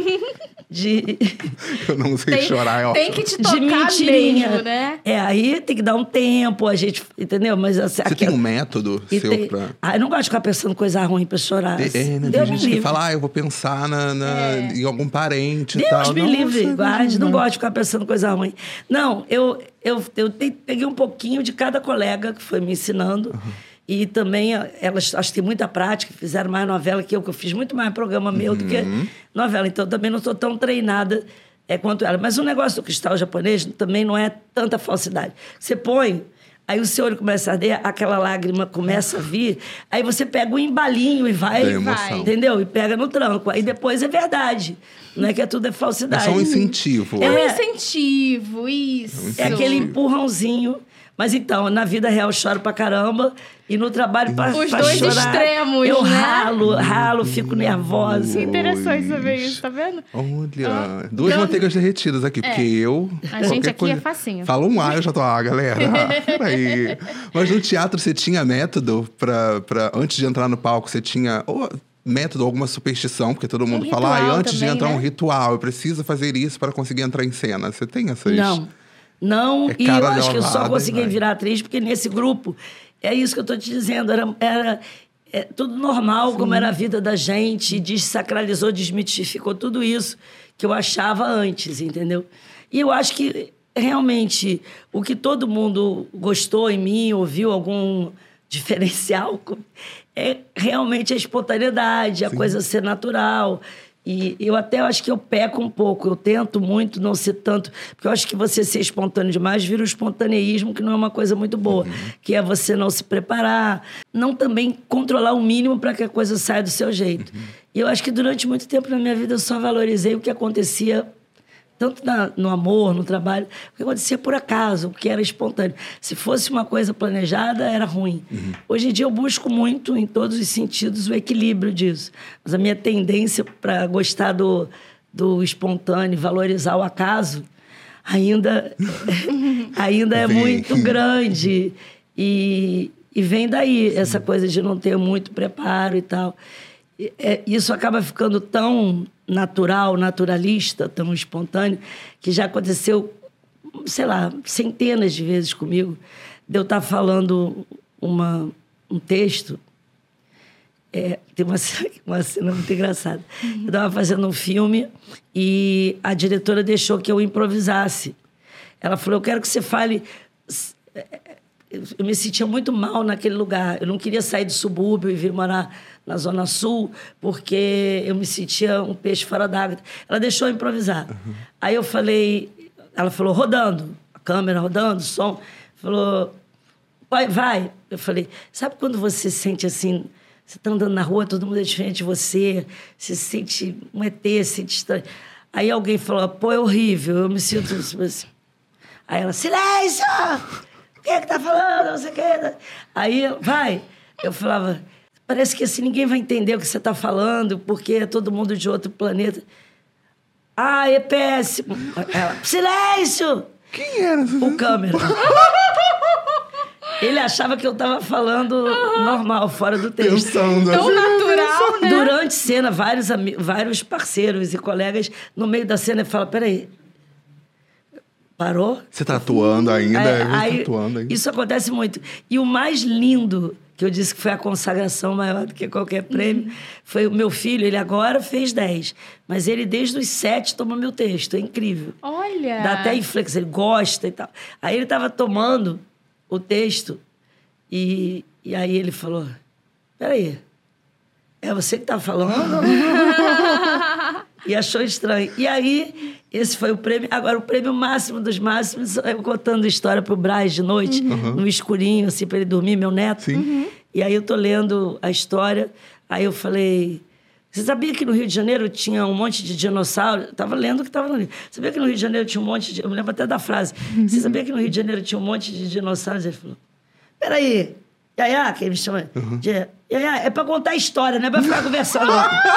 de... Eu não sei Tem, chorar, é tem ótimo. que te de tocar mentirinha. mesmo, né? É, aí tem que dar um tempo, a gente, entendeu? Mas assim, Você tem um método e seu tem... pra... Ah, eu não gosto de ficar pensando coisa ruim pra chorar. É, é, né? Tem Deus me gente que livre. fala, ah, eu vou pensar na, na- É. em algum parente e Deus tal. me Nossa, livre, guarde, não não. gosto de ficar pensando coisa ruim. Não, eu, eu, eu te- peguei um pouquinho de cada colega que foi me ensinando. E também elas, acho que tem muita prática, fizeram mais novela que eu, que eu fiz muito mais programa meu do que novela. Então, também não estou tão treinada é, quanto ela. Mas o negócio do cristal japonês também não é tanta falsidade. Você põe, aí o seu olho começa a arder, aquela lágrima começa a vir, aí você pega um embalinho e vai, Da emoção. entendeu? E pega no tranco. Aí depois é verdade. Não é que é tudo é É falsidade. só um incentivo. É um É. incentivo, isso. É aquele empurrãozinho. Mas então, na vida real eu choro pra caramba e no trabalho pra, Os pra dois chorar, extremos, eu né? ralo, ralo, fico nervosa. Interessante saber isso, tá vendo? Olha, Ah, duas então- manteigas derretidas aqui, porque eu... A gente qualquer aqui é facinho. Fala um A, eu já tô, ah, galera, ah, peraí. Mas no teatro você tinha método pra, pra... Antes de entrar no palco, você tinha... Ou, método, alguma superstição, porque todo mundo fala, ah, ritual antes de também, entrar um né? ritual, eu preciso fazer isso para conseguir entrar em cena. Você tem essas... Não, não. É e eu cara acho que eu só lavada e consegui vai. virar atriz porque nesse grupo, é isso que eu tô te dizendo, era, era é, tudo normal, como era a vida da gente, desacralizou, desmitificou tudo isso que eu achava antes, entendeu? E eu acho que, realmente, o que todo mundo gostou em mim, ouviu algum diferencial, é realmente a espontaneidade, a coisa ser natural. E eu até acho que eu peco um pouco, eu tento muito não ser tanto, porque eu acho que você ser espontâneo demais vira o espontaneísmo, que não é uma coisa muito boa, Uhum. que é você não se preparar, não também controlar o mínimo para que a coisa saia do seu jeito. Uhum. E eu acho que durante muito tempo na minha vida eu só valorizei o que acontecia tanto na, no amor, no trabalho, o que acontecia por acaso, o que era espontâneo. Se fosse uma coisa planejada, era ruim. Uhum. Hoje em dia eu busco muito, em todos os sentidos, o equilíbrio disso. Mas a minha tendência para gostar do, do espontâneo, valorizar o acaso, ainda, ainda é Vem. muito grande. E, e vem daí essa coisa de não ter muito preparo e tal. E, é, isso acaba ficando tão natural, naturalista, tão espontâneo, que já aconteceu, sei lá, centenas de vezes comigo, de eu estar falando uma, um texto. É, tem uma, cena- uma cena muito engraçada. Eu estava fazendo um filme e a diretora deixou que eu improvisasse. Ela falou, eu quero que você fale... Eu me sentia muito mal naquele lugar. Eu não queria sair do subúrbio e vir morar na Zona Sul, porque eu me sentia um peixe fora d'água. Ela deixou eu improvisar. Uhum. Aí eu falei... Ela falou, rodando. A câmera rodando, som. Falou, vai, vai. Eu falei, sabe quando você sente assim... Você está andando na rua, todo mundo é diferente de você. Você se sente um E T, se sente estranho. Aí alguém falou, pô, é horrível. Eu me sinto... assim. Aí ela, silêncio! O que é que tá falando? Não sei o que. Aí, vai. Eu falava, parece que assim, ninguém vai entender o que você tá falando, porque é todo mundo de outro planeta. Ah, é péssimo. Ela, silêncio! Quem era? O câmera. Ele achava que eu tava falando normal, fora do texto. Pensando Tão assim. natural, né? Durante cena, vários, ami- vários parceiros e colegas, no meio da cena, falam, peraí, parou? Você tá atuando ainda? É, É, você aí, tá atuando ainda. isso acontece muito. E o mais lindo, que eu disse que foi a consagração maior do que qualquer prêmio, foi o meu filho. Ele agora fez dez, mas ele desde os sete toma meu texto. É incrível. Olha! Dá até inflexão, ele gosta e tal. Aí ele estava tomando o texto e, e aí ele falou, peraí, é você que tá falando? E achou estranho. E aí, esse foi o prêmio. Agora, o prêmio máximo dos máximos, eu contando história pro Braz de noite, Uhum. no escurinho, assim, para ele dormir, meu neto. Sim. Uhum. E aí eu tô lendo a história, aí eu falei... Você sabia que no Rio de Janeiro tinha um monte de dinossauro? Eu estava lendo o que estava no livro. Você sabia que no Rio de Janeiro tinha um monte de... Eu me lembro até da frase. Você sabia que no Rio de Janeiro tinha um monte de dinossauros? Ele falou, peraí, Yaya, que ele me chama uhum. de... Yaya, é para contar a história, não é para ficar conversando.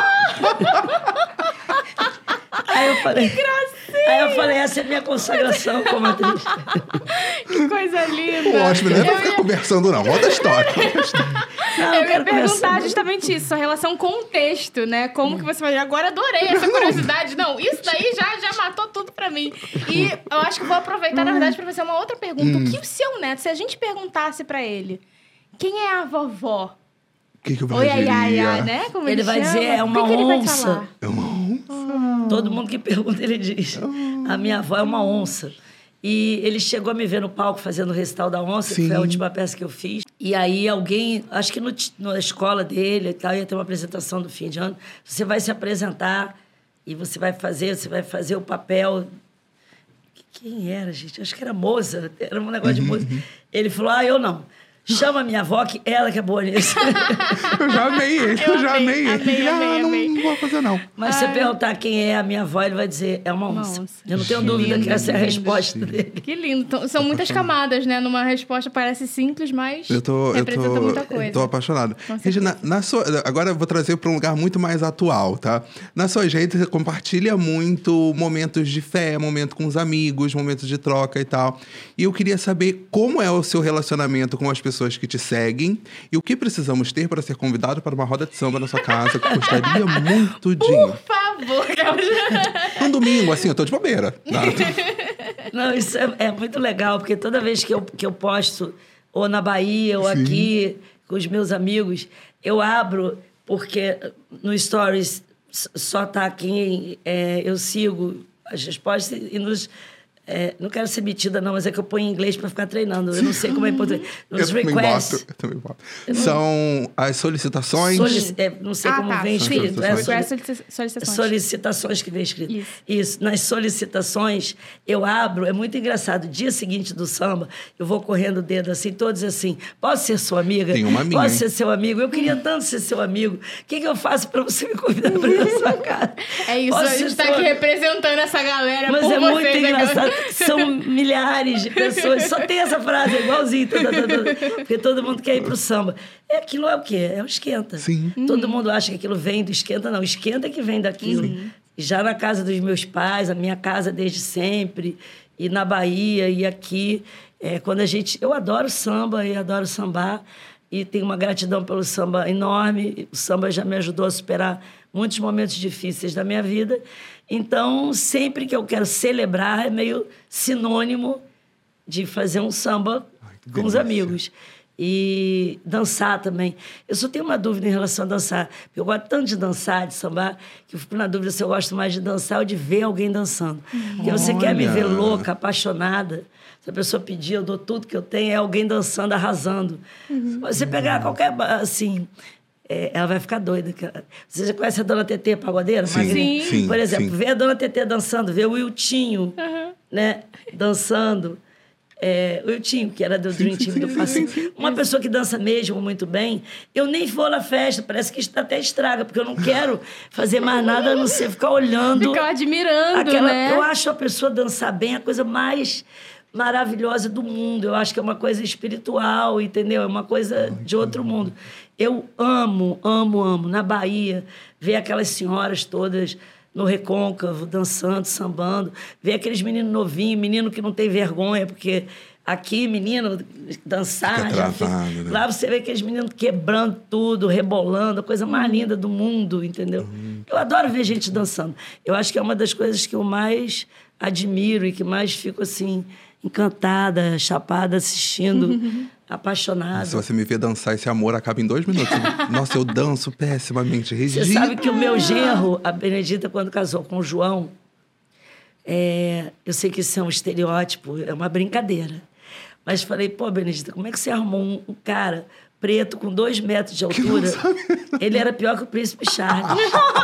Aí eu falei... Que Aí eu falei, essa é a minha consagração como atriz. Que coisa linda. Pô, ótimo, não é pra ficar ia... conversando, não. Conta a história. Não, eu, eu ia perguntar justamente isso, sua relação com o texto, né? Como que você vai... Agora adorei essa curiosidade. Não, isso daí já, já matou tudo pra mim. E eu acho que vou aproveitar, na verdade, pra fazer uma outra pergunta. Hum. O que o seu neto, se a gente perguntasse pra ele, quem é a vovó? O que, que eu Oi, ai, ai, ai, né? Como ele, ele vai chama? dizer, é uma que que onça. É uma onça. Oh. Todo mundo que pergunta, ele diz. Oh. A minha avó é uma onça. E ele chegou a me ver no palco fazendo o recital da onça, Sim. que foi a última peça que eu fiz. E aí alguém, acho que no, na escola dele e tal, ia ter uma apresentação do fim de ano. Você vai se apresentar e você vai fazer, você vai fazer o papel... Quem era, gente? Acho que era Moza. Era um negócio de Moza. Ele falou, ah, eu não. Chama a minha avó, que ela que é boa nisso. Eu já amei esse, eu, eu já amei, amei esse. Amei, ah, amei, não, amei. não vou fazer, não. Mas se você perguntar quem é a minha avó, ele vai dizer, é uma onça. Uma onça. Eu não tenho que dúvida lindo, que essa é a resposta lindo. dele. Que lindo. Então, são muitas camadas, né? Numa resposta parece simples, mas eu tô, representa eu tô, muita coisa. Eu tô apaixonado. Regina, na sua, agora eu vou trazer para um lugar muito mais atual, tá? Nas suas redes, você compartilha muito momentos de fé, momentos com os amigos, momentos de troca e tal. E eu queria saber como é o seu relacionamento com as pessoas que te seguem e o que precisamos ter para ser convidado para uma roda de samba na sua casa, que custaria muito dinheiro. Por favor, Um domingo, assim, eu tô de bobeira. Tá? Não, isso é, é muito legal, porque toda vez que eu, que eu posto, ou na Bahia, ou Sim. aqui, com os meus amigos, eu abro, porque no Stories só tá quem é, eu sigo as respostas e nos... É, não quero ser metida, não, mas é que eu ponho em inglês para ficar treinando. Eu não sei como é em português. Nos eu requests. Também boto, eu também boto. Eu não... São as solicitações. Solic... É, não sei ah, como tá. vem escrito. É, soli... solicitações. Solicitações que vem escrito. Isso. Isso. Nas solicitações, eu abro. É muito engraçado. Dia seguinte do samba, eu vou correndo o dedo assim, todos assim. Posso ser sua amiga? Tem uma minha. Posso ser seu amigo? Eu queria tanto ser seu amigo. O que, que eu faço para você me convidar para ir na sua casa? É isso. Posso a gente está sua... aqui representando essa galera. Mas por é vocês, muito engraçado. Né? São milhares de pessoas, só tem essa frase, é igualzinho, tá, tá, tá, porque todo mundo quer ir pro samba. É, aquilo é o quê? É o esquenta. Sim. Todo uhum. mundo acha que aquilo vem do esquenta, não. Esquenta é que vem daquilo. Uhum. Já na casa dos meus pais, a minha casa desde sempre, e na Bahia, e aqui, é, quando a gente... Eu adoro samba e adoro sambar, e tenho uma gratidão pelo samba enorme. O samba já me ajudou a superar muitos momentos difíceis da minha vida. Então, sempre que eu quero celebrar, é meio sinônimo de fazer um samba Ai, com delícia. Os amigos. E dançar também. Eu só tenho uma dúvida em relação a dançar. Eu gosto tanto de dançar, de sambar, que eu fico na dúvida se eu gosto mais de dançar ou de ver alguém dançando. Porque você quer me ver louca, apaixonada. Se a pessoa pedir, eu dou tudo que eu tenho, é alguém dançando, arrasando. Uhum. Você pegar qualquer, assim... É, ela vai ficar doida. Você já conhece a Dona Tetê, pagodeira? Sim. Sim. Por exemplo, sim. ver a Dona Tetê dançando, ver o Wiltinho, uhum. né, dançando. É, o Wiltinho, que era do Dream Team do passado. Uma pessoa que dança mesmo muito bem, eu nem vou na festa, parece que está até estraga, porque eu não quero fazer mais nada a não ser ficar olhando. Ficar admirando, aquela, né? Eu acho a pessoa dançar bem a coisa mais... maravilhosa do mundo. Eu acho que é uma coisa espiritual, entendeu? É uma coisa de outro mundo. Eu amo, amo, amo. Na Bahia, ver aquelas senhoras todas no Recôncavo, dançando, sambando. Ver aqueles meninos novinhos, menino que não tem vergonha, porque aqui, menino, dançar... Já travado, fica... né? Lá você vê aqueles meninos quebrando tudo, rebolando, a coisa mais linda do mundo, entendeu? Uhum. Eu adoro ver gente dançando. Eu acho que é uma das coisas que eu mais admiro e que mais fico, assim... encantada, chapada, assistindo, uhum. apaixonada. Se você me ver dançar, esse amor acaba em dois minutos. Nossa, eu danço pessimamente. Regina. Você sabe que o meu genro, a Benedita, quando casou com o João, é, eu sei que isso é um estereótipo, é uma brincadeira. Mas falei, pô, Benedita, como é que você arrumou um, um cara preto, com dois metros de altura. Ele era pior que o Príncipe Charles.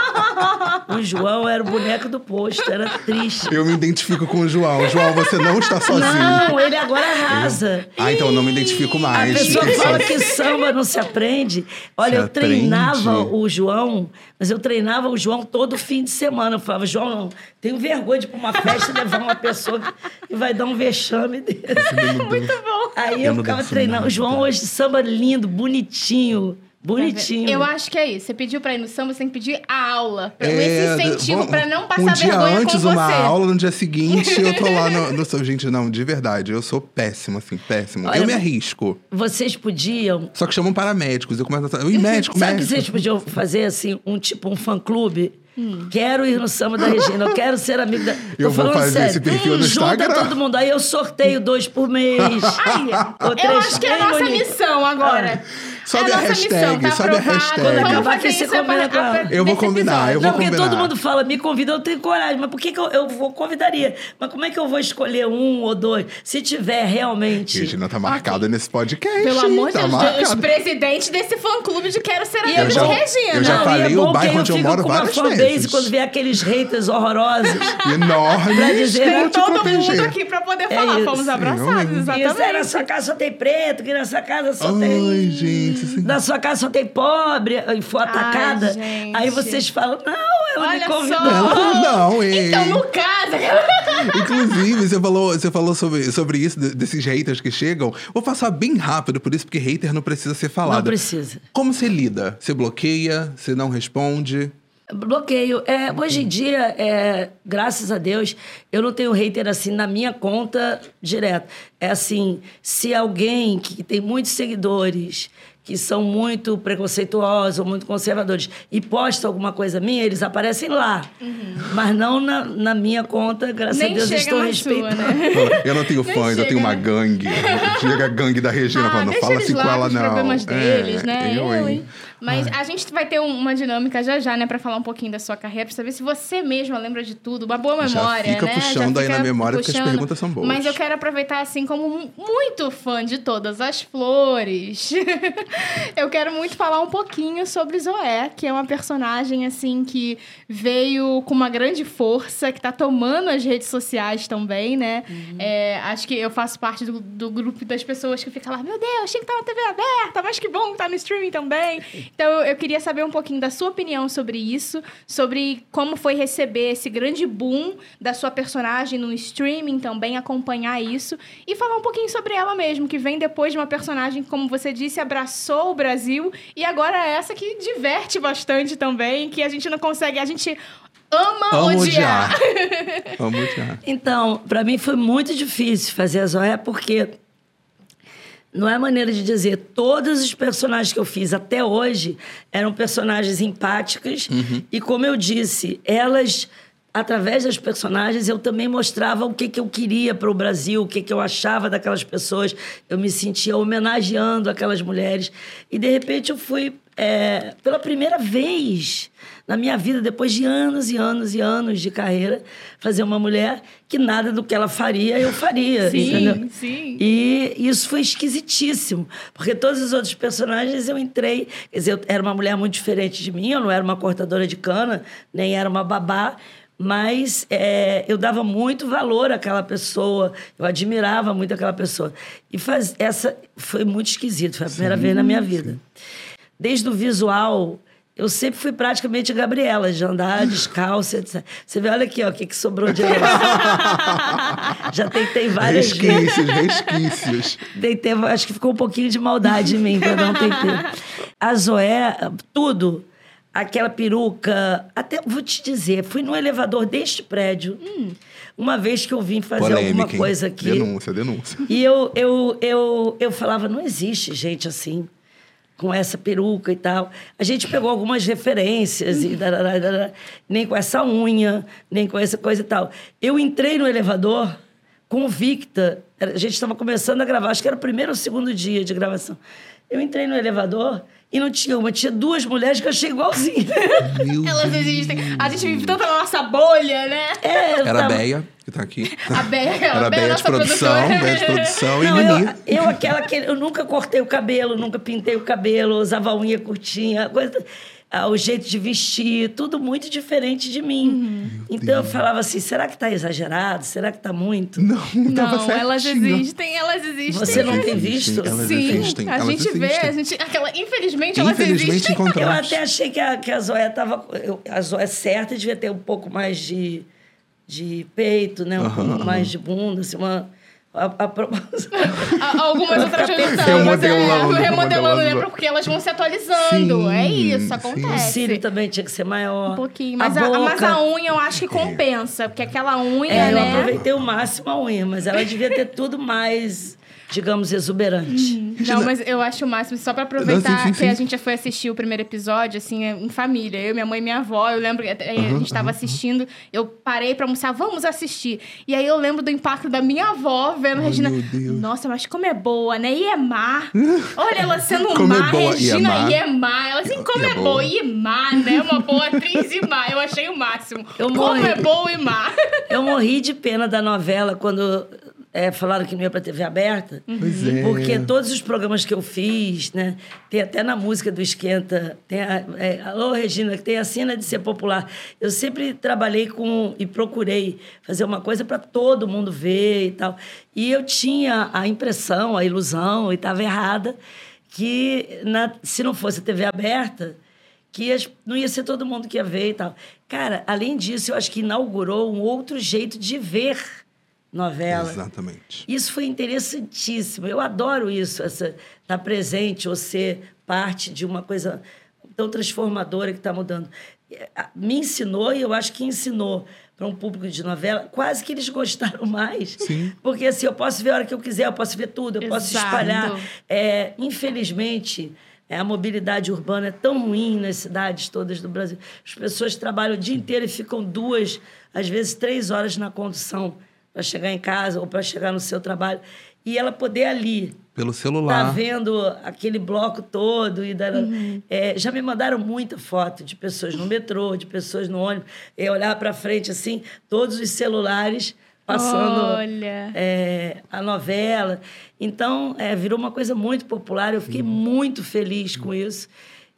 O João era o boneco do posto, era triste. Eu me identifico com o João. João, você não está sozinho. Não, ele agora arrasa. Ah, então eu não me identifico mais. A pessoa Fiquei fala só- que samba não se aprende. Olha, Se eu treinava aprende. o João, mas eu treinava o João todo fim de semana. Eu falava, João, não, tenho vergonha de ir pra uma festa e levar uma pessoa que vai dar um vexame desse. Muito bom. Aí Eu eu não ficava danço treinando. nada. O João hoje samba lindo, bonitinho. Bonitinho. Eu acho que é isso. Você pediu pra ir no samba, você tem que pedir a aula. Pra, É, esse incentivo vamos- pra não passar um dia vergonha antes, com você. uma aula, no dia seguinte, eu tô lá no, no... Gente, não, de verdade, eu sou péssimo, assim, péssimo. Olha, eu me arrisco. Vocês podiam... Só que chamam paramédicos. Eu começo a... Eu, médico, Sabe que médico. vocês podiam fazer, assim, um tipo, um fã-clube? Quero ir no samba da Regina, eu quero ser amigo da... Tô Eu vou falando fazer sério. esse perfil no Junta Instagram. todo mundo, aí eu sorteio dois por mês. Aí, Ou eu três, acho que é a bem nossa bonito. missão agora. Sobe é a nossa hashtag, missão, tá sobe a aprovado. hashtag. Quando Vamos acabar fazer aqui, você isso a- combina com ela. a- Eu vou nesse combinar, episódio. eu vou Não, porque combinar. todo mundo fala, me convida, eu tenho coragem. Mas por que, que eu, eu vou convidaria? Mas como é que eu vou escolher um ou dois? Se tiver realmente... Regina tá marcada nesse podcast. Pelo amor de tá Deus, marcada. os presidentes desse fã-clube de Quero Ser E Amigo é de bom- Regina. eu já Não, falei e é o bom bairro que eu onde eu fico moro com uma várias fanbase vezes. quando vê aqueles haters horrorosos. Enorme. Pra dizer, Tem Vou te todo proteger. mundo aqui pra poder É falar. isso. Fomos abraçados, Realmente. Isso, aí na exatamente. sua casa só tem preto, que na sua casa só Ai, tem... gente. Assim... Na sua casa só tem pobre e for atacada. gente. Aí vocês falam, não, ela Olha me convidou. só. Não, não, ei. Então, no caso... Inclusive, você falou, você falou sobre, sobre isso, de- desses haters que chegam. Vou passar bem rápido por isso, porque hater não precisa ser falado. Não precisa. Como você lida? Você bloqueia? Você não responde? Bloqueio. É, hoje em dia, é, graças a Deus, eu não tenho hater assim na minha conta direto. É assim, se alguém que tem muitos seguidores, que são muito preconceituosos ou muito conservadores, e posta alguma coisa minha, eles aparecem lá. Mas não na, na minha conta, graças Nem a Deus, chega estou na respeitando. sua, né? Eu não tenho Nem fãs, eu chega, tenho uma né? gangue. Chega a gangue da Regina Ah, falando, não deixa fala eles assim com lá ela, os não. problemas deles, É, né? Eu, hein? Mas a gente vai ter um- uma dinâmica já já, né? Pra falar um pouquinho da sua carreira, pra saber se você mesma lembra de tudo. Uma boa Já memória, fica né? puxando aí na memória, porque as puxando. perguntas são boas. Mas eu quero aproveitar, assim, como mu- muito fã de todas as flores. Eu quero muito falar um pouquinho sobre Zoé, que é uma personagem, assim, que veio com uma grande força, que tá tomando as redes sociais também, né? É, acho que eu faço parte do, do grupo das pessoas que fica lá, meu Deus, achei que tá na T V aberta, mas que bom que tá no streaming também. Então, eu, eu queria saber um pouquinho da sua opinião sobre isso, sobre como foi receber esse grande boom da sua personagem no streaming também, acompanhar isso, e falar um pouquinho sobre ela mesmo, que vem depois de uma personagem que, como você disse, abraçou o Brasil, e agora é essa que diverte bastante também, que a gente não consegue, a gente ama Amo odiar. odiar. Amo odiar. Então, para mim foi muito difícil fazer a Zoé, porque não é maneira de dizer, todos os personagens que eu fiz até hoje eram personagens empáticas. E como eu disse, elas, através das personagens, eu também mostrava o que, que eu queria para o Brasil, o que, que eu achava daquelas pessoas. Eu me sentia homenageando aquelas mulheres. E, de repente, eu fui, é, pela primeira vez na minha vida, depois de anos e anos e anos de carreira, fazer uma mulher que nada do que ela faria, eu faria, Sim, entendeu? sim. E isso foi esquisitíssimo, porque todos os outros personagens eu entrei... Quer dizer, eu era uma mulher muito diferente de mim, eu não era uma cortadora de cana, nem era uma babá, mas é, eu dava muito valor àquela pessoa, eu admirava muito aquela pessoa. E faz, essa foi muito esquisito, foi a primeira Sim, vez na minha sim. vida. Desde o visual... Eu sempre fui praticamente a Gabriela, de andar descalça, etcétera. Você vê, olha aqui, ó, o que, que sobrou de herança. Já tentei várias vezes. Resquícios, resquícios. Tentei, acho que ficou um pouquinho de maldade em mim, para não tentar. A Zoé, tudo, aquela peruca... Até vou te dizer, fui no elevador deste prédio, hum, uma vez que eu vim fazer Polêmica, alguma hein? coisa aqui. Denúncia, denúncia. E eu, eu, eu, eu falava, não existe gente assim, com essa peruca e tal. A gente pegou algumas referências, e darará, darará, nem com essa unha, nem com essa coisa e tal. Eu entrei no elevador convicta. A gente estava começando a gravar, acho que era o primeiro ou segundo dia de gravação. Eu entrei no elevador e não tinha uma, tinha duas mulheres que eu achei igualzinha. Elas existem. A gente vive tanto na nossa bolha, né? É, Era tava... a Beia, que tá aqui. A Beia, Era a Beia de produção, Beia de produção Não, e Nini. eu, eu, aquela, aquele, eu nunca cortei o cabelo, nunca pintei o cabelo, usava a unha curtinha, coisa, ah, o jeito de vestir, tudo muito diferente de mim. Uhum. Então eu falava assim, será que tá exagerado? Será que tá muito? Não, tava Não, elas certinho. existem, elas existem. Você não tem visto? Elas Sim, existem, a elas gente existem. vê, a gente, aquela, infelizmente, elas Infelizmente existem. Eu encontramos. até achei que a, que a Zóia tava... Eu, a Zóia certa devia ter um pouco mais de, de peito, né? Um Uhum, pouco uhum. mais de bunda, assim, uma... A, a, A- Algumas outras Fica vezes perfeito. não, mas é, Remodelando, remodelando, né? remodelando. Porque elas vão se atualizando. Sim, é isso, sim. o acontece. cílio também tinha que ser maior. Um pouquinho. A Mas a, boca. mas a unha eu acho que compensa. Porque aquela unha, É, eu né? aproveitei o máximo a unha, mas ela devia ter tudo mais, digamos, exuberante. Não, mas eu acho o máximo, só pra aproveitar Não, sim, sim, que sim. a gente já foi assistir o primeiro episódio, assim, em família. Eu, minha mãe e minha avó, eu lembro que a gente tava assistindo, eu parei pra almoçar, vamos assistir. E aí eu lembro do impacto da minha avó vendo Ai, Regina. meu Deus. Nossa, mas como é boa, né? Iemar. Olha ela sendo Como é má, boa, Regina Iemar. Iemar. Ela assim, como E é é boa. boa, Iemar, né? Uma boa atriz Iemar. Eu achei o máximo. Eu como morri. é boa Iemar. Eu morri de pena da novela quando é, falaram que não ia pra T V aberta. Pois é. Porque todos os programas que eu fiz, né? Tem até na música do Esquenta, tem a, é, alô, Regina, que tem a cena de ser popular. Eu sempre trabalhei com e procurei fazer uma coisa para todo mundo ver e tal. E eu tinha a impressão, a ilusão, e estava errada, que na, se não fosse T V aberta, que as- não ia ser todo mundo que ia ver e tal. Cara, além disso, eu acho que inaugurou um outro jeito de ver novela. Exatamente. Isso foi interessantíssimo. Eu adoro isso, essa estar presente ou ser parte de uma coisa tão transformadora que está mudando. Me ensinou, e eu acho que ensinou para um público de novela, quase que eles gostaram mais. Sim. Porque assim, eu posso ver a hora que eu quiser, eu posso ver tudo, eu posso Exato. espalhar. É, infelizmente, é, a mobilidade urbana é tão ruim nas cidades todas do Brasil. As pessoas trabalham o dia inteiro e ficam duas, às vezes três horas na condução para chegar em casa ou para chegar no seu trabalho. E ela poder ali Pelo tá celular. vendo aquele bloco todo. E da, é, já me mandaram muita foto de pessoas no metrô, de pessoas no ônibus. Eu olhar para frente, assim, todos os celulares passando Olha. é, a novela. Então, é, virou uma coisa muito popular. Eu fiquei muito feliz com isso.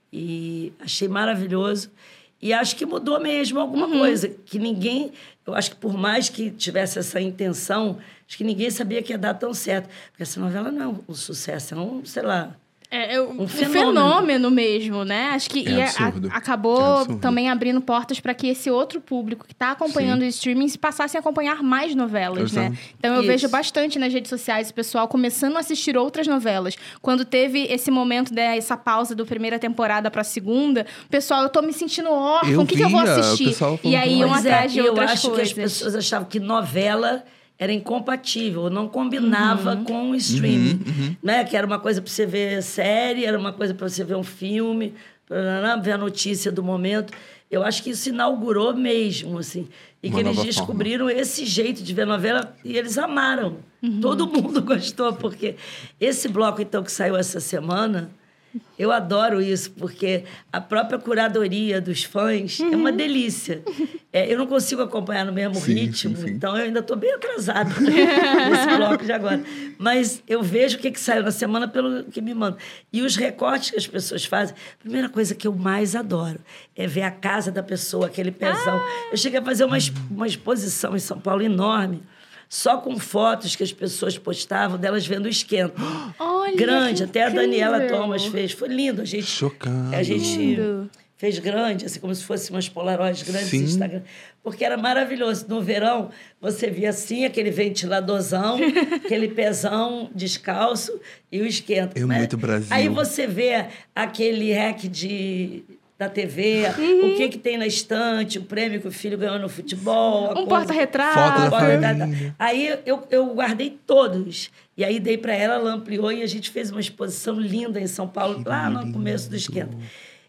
E achei maravilhoso. E acho que mudou mesmo alguma coisa. Que ninguém... Eu acho que por mais que tivesse essa intenção, acho que ninguém sabia que ia dar tão certo. Porque essa novela não é um sucesso, é um, sei lá... É, é um, Um um fenômeno. fenômeno mesmo, né? Acho que É e a- absurdo. a- acabou É absurdo. também abrindo portas para que esse outro público que está acompanhando os streamings passassem a acompanhar mais novelas, né? Exato. Então eu Isso. vejo bastante nas redes sociais o pessoal começando a assistir outras novelas. Quando teve esse momento dessa pausa do primeira temporada para a segunda, o pessoal, eu tô me sentindo órfão, Eu o que, que eu vou via, o assistir? pessoal E aí iam Pois é, atrás de eu outras acho coisas. que as pessoas achavam que novela era incompatível, não combinava Uhum. com o streaming. Né? Que era uma coisa para você ver série, era uma coisa para você ver um filme, pra ver a notícia do momento. Eu acho que isso inaugurou mesmo, assim. E Uma que eles nova descobriram esse jeito de ver novela e eles amaram. Todo mundo gostou, porque esse bloco, então, que saiu essa semana... Eu adoro isso, porque a própria curadoria dos fãs é uma delícia. É, eu não consigo acompanhar no mesmo Sim, ritmo, sim, sim. então eu ainda estou bem atrasada nesse bloco de agora. Mas eu vejo o que, que saiu na semana pelo que me mandam. E os recortes que as pessoas fazem. A primeira coisa que eu mais adoro é ver a casa da pessoa, aquele pezão. Eu cheguei a fazer uma, ex- uma exposição em São Paulo enorme, só com fotos que as pessoas postavam delas vendo o Esquenta. Olha, Grande, que até a Daniela incrível. Thomas fez. Foi lindo. A gente, Chocado. a gente Lindo. fez grande, assim, como se fossem umas polaroids grandes Sim. no Instagram. Porque era maravilhoso. No verão, você via assim, aquele ventiladorzão, aquele pezão descalço e o Esquenta. É né? muito Brasil. Aí você vê aquele rec de... da T V, Uhum. o que, que tem na estante, o prêmio que o filho ganhou no futebol. a Um coisa- porta-retrato. Foto da Bora, tá, tá. família. Aí eu, eu guardei todos. E aí dei para ela, ela ampliou e a gente fez uma exposição linda em São Paulo, lá no começo do Esquenta.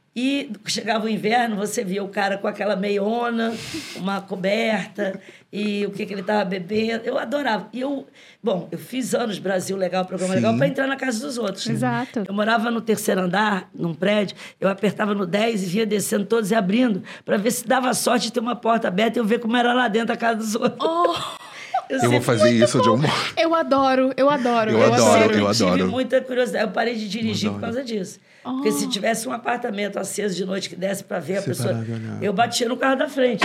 E chegava o inverno, você via o cara com aquela meiona, uma coberta, e o que, que ele estava bebendo. Eu adorava. E eu, bom, eu fiz anos Brasil Legal, programa Sim. legal, para entrar na casa dos outros. Né? Exato. Eu morava no terceiro andar, num prédio, eu apertava no dez e via descendo todos e abrindo, para ver se dava sorte de ter uma porta aberta e eu ver como era lá dentro da casa dos outros. Oh! Eu, eu vou fazer isso de um modo. Eu adoro, eu adoro. Eu, eu adoro, adoro. eu adoro. tive muita curiosidade. Eu parei de dirigir por causa disso. Oh. Porque se tivesse um apartamento aceso de noite que desse para ver a pessoa... Separado, Eu batia no carro da frente.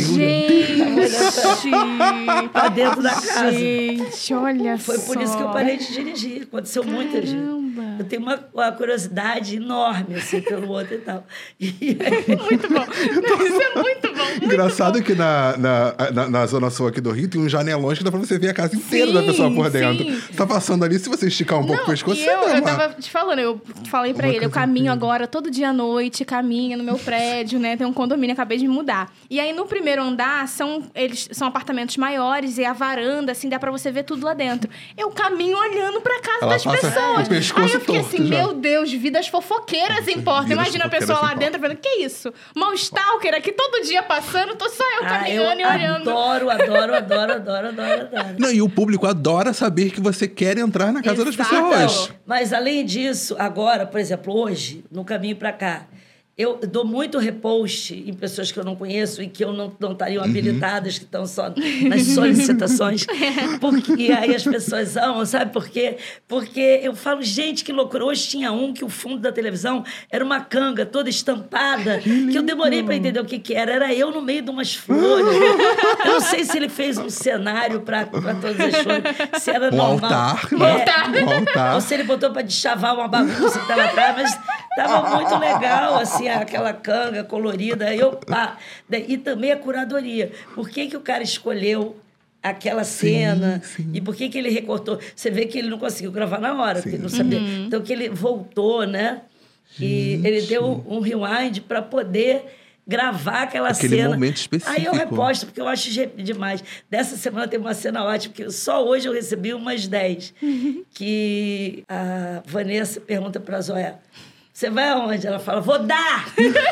Gente! Pra dentro da casa. Gente, olha Foi por só. isso que eu parei de dirigir. Aconteceu muita gente. Caramba. Eu tenho uma, uma curiosidade enorme, assim, pelo outro e tal. E aí... Muito bom. Isso é muito bom. Muito Engraçado bom. que na, na, na, na zona sul aqui do Rio tem um janelões que dá pra você ver a casa inteira Sim, da pessoa por dentro. sim. Você tá passando ali, se você esticar um pouco o pescoço, e você eu, dá eu uma... tava te falando, eu falei pra Uma ele, eu casa caminho inteira. agora todo dia à noite, caminho no meu prédio, né? Tem um condomínio, acabei de mudar. E aí, no primeiro andar, são, eles, são apartamentos maiores e a varanda, assim, dá pra você ver tudo lá dentro. Eu caminho olhando pra casa Ela das passa pessoas. o pescoço Aí eu fiquei torto assim, já. meu Deus, vidas fofoqueiras importam. Vidas Imagina a pessoa fofoqueiras lá importam. dentro falando, que isso? Mal stalker aqui todo dia passando, tô só eu Ah, caminhando eu e olhando. adoro, adoro, adoro, adoro, adoro, adoro. Não, e o público adora saber que você quer entrar na casa das Exato. pessoas. Mas, além disso, agora, por exemplo, hoje, no caminho para cá, eu dou muito repost em pessoas que eu não conheço e que eu não, não estariam Uhum. habilitadas, que estão só nas solicitações. Porque, e aí as pessoas amam, sabe por quê? Porque eu falo, gente, que loucura. Hoje tinha um que o fundo da televisão era uma canga toda estampada, que, que eu demorei para entender o que, que era. Era eu no meio de umas flores. Eu não sei se ele fez um cenário para todas as flores, se era Um normal. altar, É, né? Um altar. ou se ele botou para deschavar uma bagunça que estava atrás, mas estava muito legal, assim, aquela canga colorida. Eu, pá. E também a curadoria. Por que, que o cara escolheu aquela cena? sim. E por que, que ele recortou? Você vê que ele não conseguiu gravar na hora, porque ele não sabia. Então, que ele voltou, né? E ele deu um rewind para poder gravar aquela Aquele cena. momento específico. Aí eu reposto, porque eu acho ge- demais. Dessa semana tem uma cena ótima, que só hoje eu recebi umas dez. Que a Vanessa pergunta para a Zoé, você vai aonde? Ela fala, vou dar!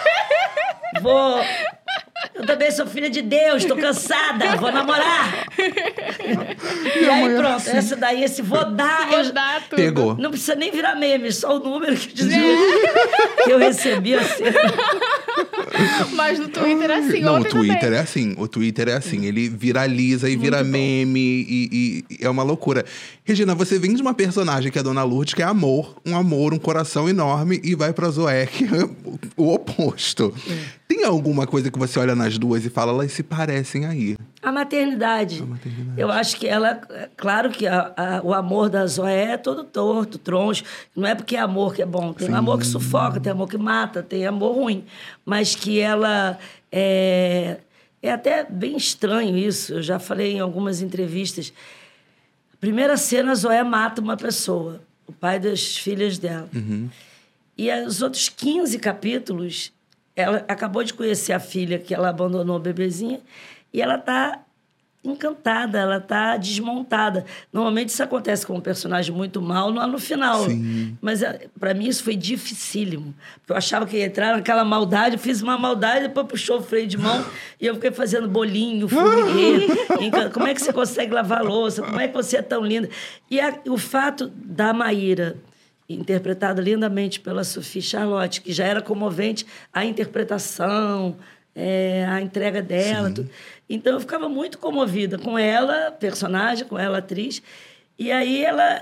Vou... Eu também sou filha de Deus, estou cansada, vou namorar! E aí pronto, essa daí, esse vou dar... Vou eu- dar tudo. Pegou. Não precisa nem virar meme, só o número que dizia que eu recebi assim. Mas no Twitter é assim, Não, o ontem Twitter também. é assim. O Twitter é assim. Ele viraliza e vira meme e, e é uma loucura. Regina, você vem de uma personagem que é a Dona Lourdes, que é amor. Um amor, um coração enorme. E vai pra Zoé, que é o oposto. Tem alguma coisa que você olha nas duas e fala, elas se parecem aí? A maternidade. A maternidade. Eu acho que ela... Claro que a- a- o amor da Zoé é todo torto, troncho. Não é porque é amor que é bom. Tem amor que sufoca, tem amor que mata, tem amor ruim. Mas que ela... É, é até bem estranho isso. Eu já falei em algumas entrevistas. A primeira cena, a Zoé mata uma pessoa. O pai das filhas dela. E os outros quinze capítulos, ela acabou de conhecer a filha que ela abandonou, bebezinha, e ela está encantada, ela está desmontada. Normalmente isso acontece com um personagem muito mal lá no final. Sim. Mas para mim isso foi dificílimo. Porque eu achava que ia entrar naquela maldade, fiz uma maldade, depois puxou o freio de mão e eu fiquei fazendo bolinho, formigueiro. Encan- Como é que você consegue lavar a louça? Como é que você é tão linda? E a- o fato da Maíra, interpretada lindamente pela Sophie Charlotte, que já era comovente a interpretação, é, a entrega dela. Tudo. Então, eu ficava muito comovida com ela, personagem, com ela, atriz. E aí, ela,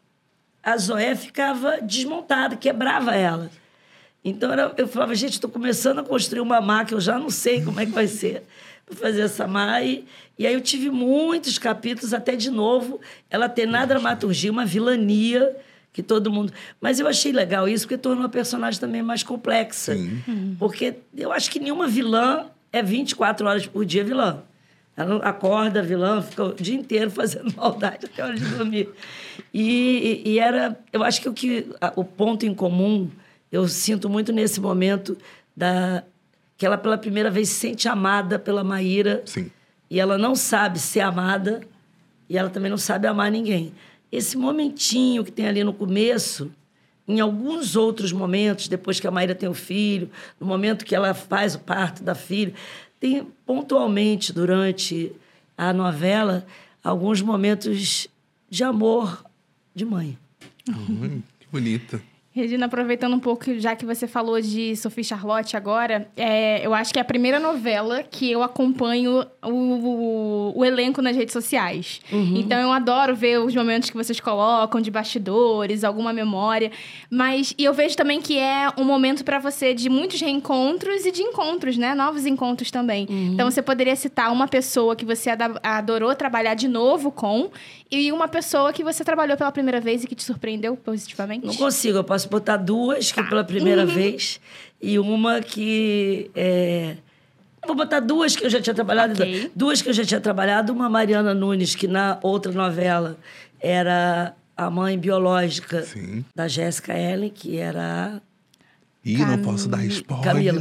a Zoé ficava desmontada, quebrava ela. Então, era, eu falava, gente, estou começando a construir uma má que eu já não sei como é que vai ser para fazer essa má. E, e aí, eu tive muitos capítulos, até de novo, ela ter na dramaturgia uma vilania que todo mundo... Mas eu achei legal isso, porque tornou a personagem também mais complexa. Sim. Porque eu acho que nenhuma vilã é vinte e quatro horas por dia vilã. Ela acorda vilã, fica o dia inteiro fazendo maldade até a hora de dormir. E, e, e era... Eu acho que o, que a, o ponto em comum, eu sinto muito nesse momento, da, que ela pela primeira vez se sente amada pela Maíra. Sim. E ela não sabe ser amada, e ela também não sabe amar ninguém. Esse momentinho que tem ali no começo, em alguns outros momentos, depois que a Maíra tem o filho, no momento que ela faz o parto da filha, tem pontualmente, durante a novela, alguns momentos de amor de mãe. Uhum, que bonito. Regina, aproveitando um pouco, já que você falou de Sophie Charlotte agora, é, eu acho que é a primeira novela que eu acompanho o, o, o elenco nas redes sociais. Uhum. Então, eu adoro ver os momentos que vocês colocam de bastidores, alguma memória. Mas, e eu vejo também que é um momento para você de muitos reencontros e de encontros, né? Novos encontros também. Uhum. Então, você poderia citar uma pessoa que você adorou trabalhar de novo com e uma pessoa que você trabalhou pela primeira vez e que te surpreendeu positivamente? Não consigo, eu posso botar duas, que tá. pela primeira vez, e uma que... É... Vou botar duas que eu já tinha trabalhado. Okay. Duas que eu já tinha trabalhado. Uma, Mariana Nunes, que na outra novela era a mãe biológica Sim. da Jéssica Ellen, que era... Ih, Cam... não posso dar spoiler. Camila.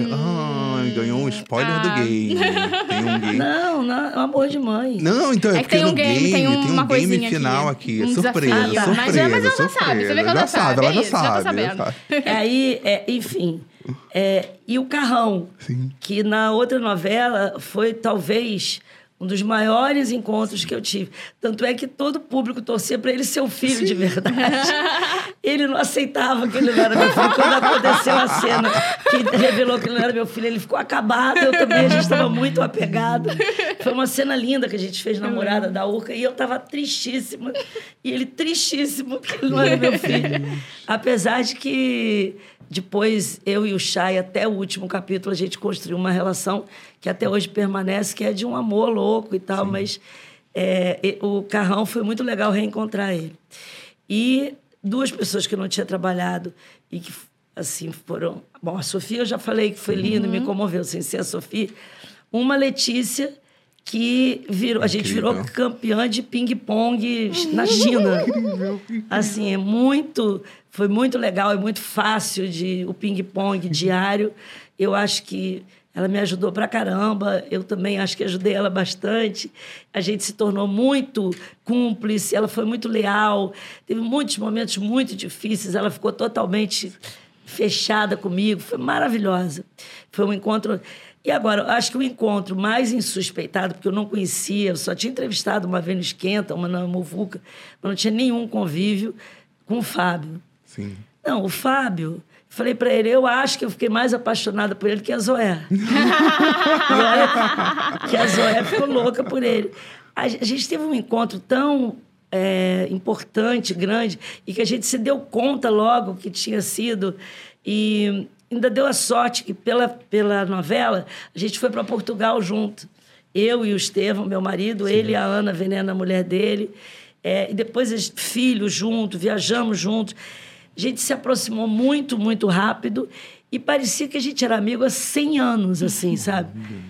Ai, ganhou um spoiler ah. do game. Tem um game. Não, não, é um amor de mãe. Não, então é, é porque tem um no game, game tem um, tem uma tem um game aqui. final aqui. Um surpresa, desafio. surpresa, Mas, já, mas ela surpresa. já sabe, você vê que ela já sabe. sabe, ela já isso, sabe. Já tá sabendo. Aí, é, enfim... É, e o Carrão, Sim. que na outra novela foi talvez um dos maiores encontros que eu tive. Tanto é que todo o público torcia para ele ser o filho Sim. de verdade. Ele não aceitava que ele não era meu filho. Quando aconteceu a cena que revelou que ele não era meu filho, ele ficou acabado. Eu também, a gente estava muito apegado. Foi uma cena linda que a gente fez na Morada da Urca e eu estava tristíssima. E ele tristíssimo que ele não era meu filho. Apesar de que... Depois, eu e o Chay, até o último capítulo, a gente construiu uma relação que até hoje permanece, que é de um amor louco e tal, Sim. mas é, o Carrão foi muito legal reencontrar ele. E duas pessoas que eu não tinha trabalhado e que, assim, foram... Bom, a Sofia, eu já falei que foi lindo, uhum. me comoveu, sem ser a Sofia. Uma, Letícia, que virou... A gente virou campeã de ping-pong na China. Assim, é muito... Foi muito legal, é muito fácil de, o ping-pong diário. Eu acho que ela me ajudou pra caramba. Eu também acho que ajudei ela bastante. A gente se tornou muito cúmplice, ela foi muito leal. Teve muitos momentos muito difíceis, ela ficou totalmente fechada comigo. Foi maravilhosa. Foi um encontro... E agora, eu acho que o encontro mais insuspeitado, porque eu não conhecia, eu só tinha entrevistado uma vez no Esquenta, uma na Muvuca, mas não tinha nenhum convívio com o Fábio. Sim. Não, o Fábio, falei pra ele, eu acho que eu fiquei mais apaixonada por ele que a Zoé. E olha que a Zoé ficou louca por ele. A gente teve um encontro tão é, importante, grande, e que a gente se deu conta logo que tinha sido. E ainda deu a sorte que, pela, pela novela, a gente foi para Portugal junto. Eu e o Estevão, meu marido, Sim. ele e a Ana Venena, a mulher dele. É, e depois, filhos juntos, viajamos juntos. A gente se aproximou muito, muito rápido e parecia que a gente era amigo há cem anos, assim, sabe?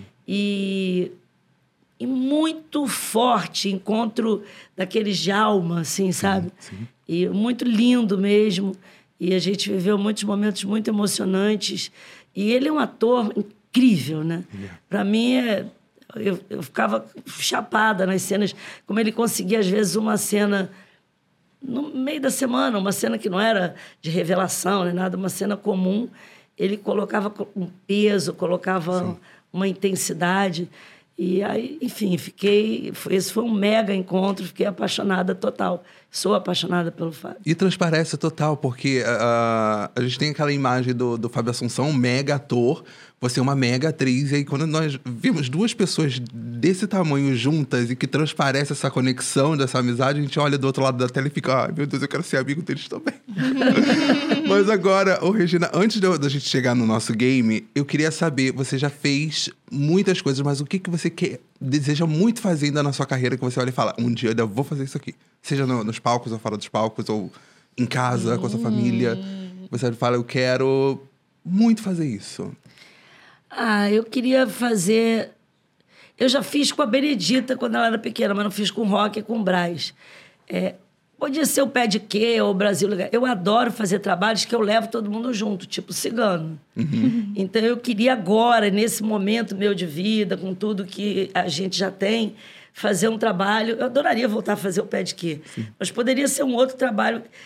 E, e muito forte, encontro daqueles de alma, assim, sabe? Sim, sim. E muito lindo mesmo. E a gente viveu muitos momentos muito emocionantes. E ele é um ator incrível, né? Yeah. Para mim, é, eu, eu ficava chapada nas cenas, como ele conseguia, às vezes, uma cena... no meio da semana, uma cena que não era de revelação, nem nada, uma cena comum, ele colocava um peso, colocava Sim. uma intensidade. E aí, enfim, fiquei... Esse foi um mega encontro, fiquei apaixonada total. Sou apaixonada pelo Fábio. E transparece total, porque uh, a gente tem aquela imagem do, do Fábio Assunção, um mega ator, você é uma mega atriz, e aí quando nós vimos duas pessoas desse tamanho juntas e que transparece essa conexão, dessa amizade, a gente olha do outro lado da tela e fica, ai meu Deus, eu quero ser amigo deles também. Mas agora, ô Regina, antes da gente chegar no nosso game, eu queria saber, você já fez muitas coisas, mas o que, que você quer, deseja muito fazer ainda na sua carreira, que você olha e fala, um dia eu vou fazer isso aqui. Seja no, nos palcos ou fora dos palcos, ou em casa, hum. com a sua família. Você fala, eu quero muito fazer isso. Ah, eu queria fazer... Eu já fiz com a Benedita quando ela era pequena, mas não fiz com o Rock e com o Brás. É, podia ser o Pé de Quê ou o Brasil Legal. Eu adoro fazer trabalhos que eu levo todo mundo junto, tipo Cigano. Uhum. Então, eu queria agora, nesse momento meu de vida, com tudo que a gente já tem, fazer um trabalho... Eu adoraria voltar a fazer o Pé de Quê. Sim. Mas poderia ser um outro trabalho...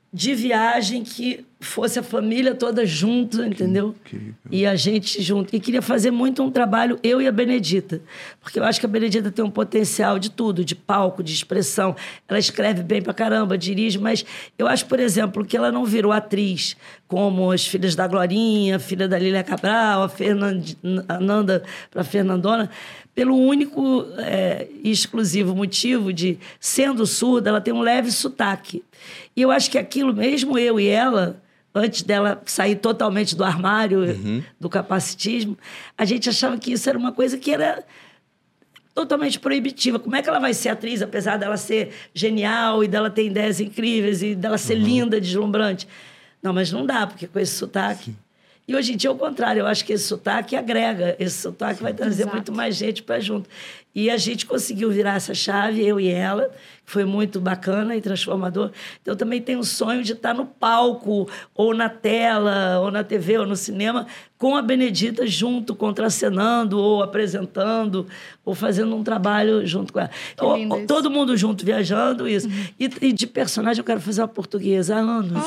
de viagem que fosse a família toda junto, entendeu? incrível. E a gente junto. E queria fazer muito um trabalho, eu e a Benedita. Porque eu acho que a Benedita tem um potencial de tudo, de palco, de expressão. Ela escreve bem pra caramba, dirige, mas eu acho, por exemplo, que ela não virou atriz como as filhas da Glorinha, a filha da Lília Cabral, a, Fernand... a Nanda pra Fernandona, pelo único é, e exclusivo motivo de, sendo surda, ela tem um leve sotaque. E eu acho que aquilo, mesmo eu e ela, antes dela sair totalmente do armário, uhum. do capacitismo, a gente achava que isso era uma coisa que era totalmente proibitiva. Como é que ela vai ser atriz, apesar dela ser genial e dela ter ideias incríveis e dela ser uhum. linda, deslumbrante? Não, mas não dá, porque com esse sotaque... Sim. E hoje em dia é o contrário, eu acho que esse sotaque agrega, esse sotaque Sim, vai trazer exato. muito mais gente para junto. E a gente conseguiu virar essa chave, eu e ela, que foi muito bacana e transformador. Então, eu também tenho o sonho de estar no palco, ou na tela, ou na T V, ou no cinema, com a Benedita junto, contracenando, ou apresentando, ou fazendo um trabalho junto com ela. Ou, todo mundo junto, viajando, isso. Uhum. E, e de personagem, eu quero fazer uma portuguesa há anos.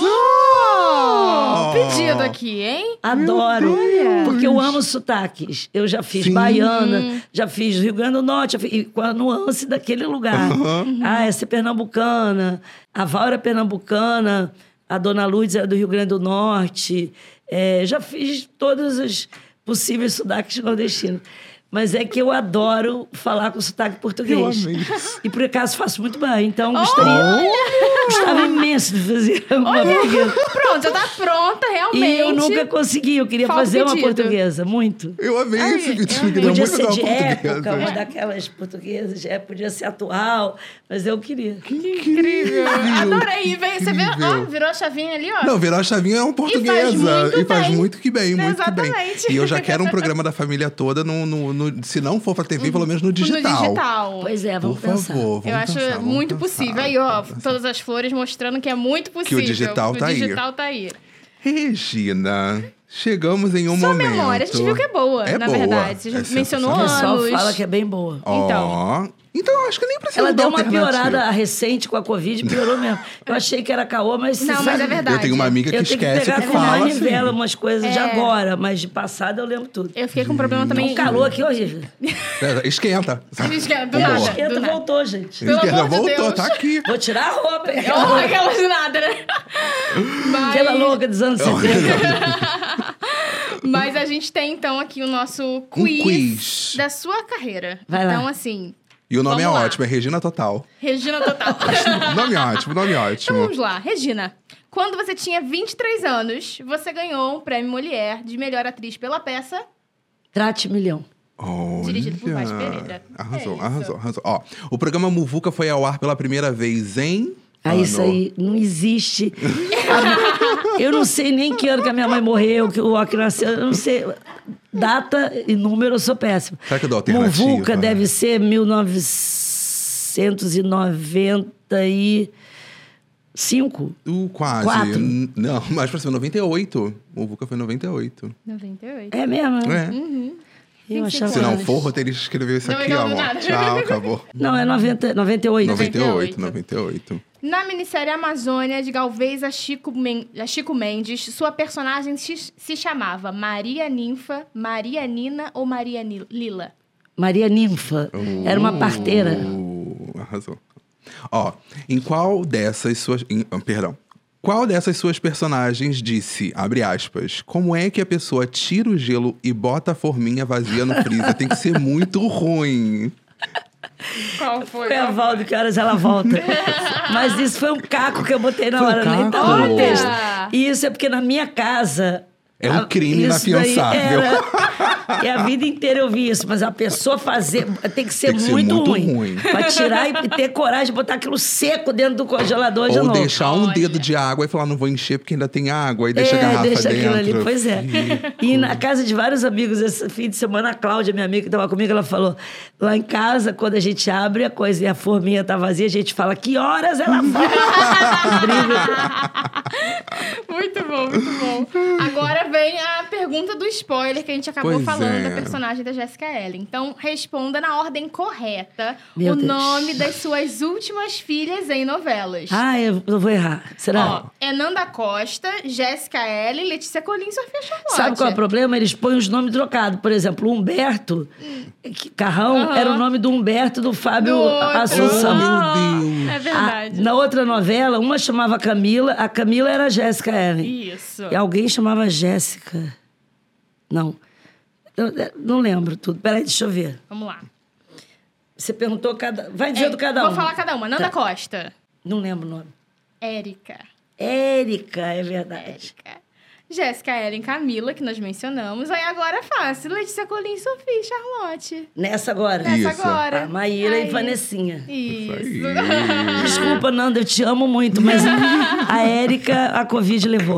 Oh! Pedido aqui, hein? Adoro, porque eu amo sotaques. Eu já fiz Sim. baiana, já fiz Rio Grande do Norte, fiz, com a nuance daquele lugar. Uhum. Ah, essa é pernambucana, a Val era pernambucana, a Dona Lourdes era do Rio Grande do Norte. É, já fiz todos os possíveis sotaques nordestinos. Mas é que eu adoro falar com sotaque português. Eu amei. E por acaso faço muito bem. Então gostaria, gostava imenso de fazer uma Olha. portuguesa. Pronto, já tá pronta, realmente. E eu nunca consegui. Eu queria Falta fazer uma pedido. portuguesa, muito. Eu amei Ai, esse vídeo. eu Queria Podia muito ser dar de uma época, portuguesa. uma daquelas portuguesas. É, podia ser atual, mas eu queria. Que incrível. Adorei. Veio, você viu, ó, virou a chavinha ali, ó. Não, virar a chavinha é uma portuguesa. E faz muito E faz bem. muito que bem, muito Exatamente. que bem. E eu já quero um programa da família toda, no, no, no, se não for pra T V, pelo menos no digital. No digital. Pois é, vamos Por pensar. favor, vamos Eu acho pensar, vamos muito pensar, possível. Aí, ó, vamos pensar. todas as flores mostrando que é muito possível. Que o digital tá o aí. digital tá aí. Regina, chegamos em um Sua momento. memória, a gente viu que é boa, É na boa. verdade. Você já É mencionou O sensacional. anos. pessoal fala que é bem boa. Ó, Então. então eu acho que nem precisa Ela dar deu uma alternativa. piorada recente com a Covid, piorou mesmo. Eu achei que era caô, mas... Não, você mas sabe, é verdade. Eu tenho uma amiga que Eu tenho que esquece pegar que com fala uma assim. manivela, umas coisas de É. agora, mas de passado eu lembro tudo. Eu fiquei com um problema também. Um calor aqui horrível. É, Esquenta. Esquenta, do Boa. nada. Esquenta, do nada. voltou, gente. Pelo Esquenta, amor de voltou, Deus. tá aqui. Vou tirar a roupa. Oh, aquela de nada, né? Mas... Aquela louca dos anos setenta. Mas a gente tem, então, aqui o nosso quiz, quiz. da sua carreira. Vai lá. Então, assim... E o nome Vamos é lá. ótimo, é Regina Total. Regina Total. Nome ótimo, nome Então ótimo. vamos lá. Regina, quando você tinha vinte e três anos, você ganhou um prêmio Molière de melhor atriz pela peça... Trate milhão. Olha. Dirigido por Vaz Pereira. Arrasou, É isso. arrasou, arrasou. Ó, o programa Muvuca foi ao ar pela primeira vez em... Ah, isso ano- aí não existe. Eu não sei nem que ano que a minha mãe morreu, que o Ock nasceu. Eu não sei. Data e número, eu sou péssima. Será que eu dou alternativa? Muvuca deve ser mil novecentos e noventa e cinco. Uh, quase. Quatro. N- Não, mais pra cima, noventa e oito. O Muvuca foi em noventa e oito. noventa e oito. É mesmo? né? É. Uhum. Eu vinte e cinco achava Se não anos. for, o roteirista escreveu isso Não aqui, ligamos amor. nada. Tchau, acabou. Não, é noventa, noventa e oito. noventa e oito, noventa noventa e oito. Na minissérie Amazônia, de Galvez a Chico, Men- a Chico Mendes, sua personagem se, se chamava Maria Ninfa, Maria Nina ou Maria Ni- Lila? Maria Ninfa. Era uma parteira. Uh, arrasou. Ó, em qual dessas suas... em- ah, perdão. Qual dessas suas personagens disse, abre aspas, como é que a pessoa tira o gelo e bota a forminha vazia no freezer? Tem que ser muito ruim. Qual foi? Foi a Val, que horas ela volta. Mas isso foi um caco que eu botei na Foi um hora, nem caco? tava no Olha! texto. E isso é porque na minha casa... É um a- crime isso daí inafiançável. era- E a vida inteira eu vi isso, mas a pessoa fazer... Tem que ser, Tem que ser muito, muito ruim. ruim. Pra tirar e ter coragem de botar aquilo seco dentro do congelador de Ou novo. deixar um Olha. dedo de água e falar, não vou encher porque ainda tem água. E deixa a É, garrafa deixa dentro. aquilo ali, pois é. E na casa de vários amigos, esse fim de semana, a Cláudia, minha amiga que estava comigo, ela falou: lá em casa, quando a gente abre a coisa e a forminha tá vazia, a gente fala, que horas ela volta? Briga. Muito bom, muito bom. Agora vem a pergunta pergunta do spoiler que a gente acabou Pois falando é. da personagem da Jessica Ellen. Então, responda na ordem correta Meu o Deus. nome das suas últimas filhas em novelas. Ah, eu, eu vou errar. Será? Ó, é Nanda Costa, Jessica Ellen, Letícia Colin e Sofia Charlotte. Sabe qual é o problema? Eles põem os nomes trocados. Por exemplo, Humberto que- Carrão Aham. era o nome do Humberto do Fábio Do outro. Assunção. Ah, Meu Deus. É A- verdade. na outra novela, uma chamava Camila, a Camila era a Jéssica Ellen. Isso. E alguém chamava Jéssica. Não. Eu, eu não lembro tudo. Peraí, deixa eu ver. Vamos lá. Você perguntou cada. Vai dizendo É, cada vou um. falar cada uma. Nanda Tá. Costa. Não lembro o nome. Érica. Érica, é verdade. Érica. Jéssica Ellen, Camila, que nós mencionamos. Aí agora é fácil. Letícia Colin, Sofia e Charlotte. Nessa agora. Nessa Isso. agora. A Maíra Aí. e Vanessinha. Isso. Aí. Desculpa, Nanda, eu te amo muito, mas a Érica, a Covid levou.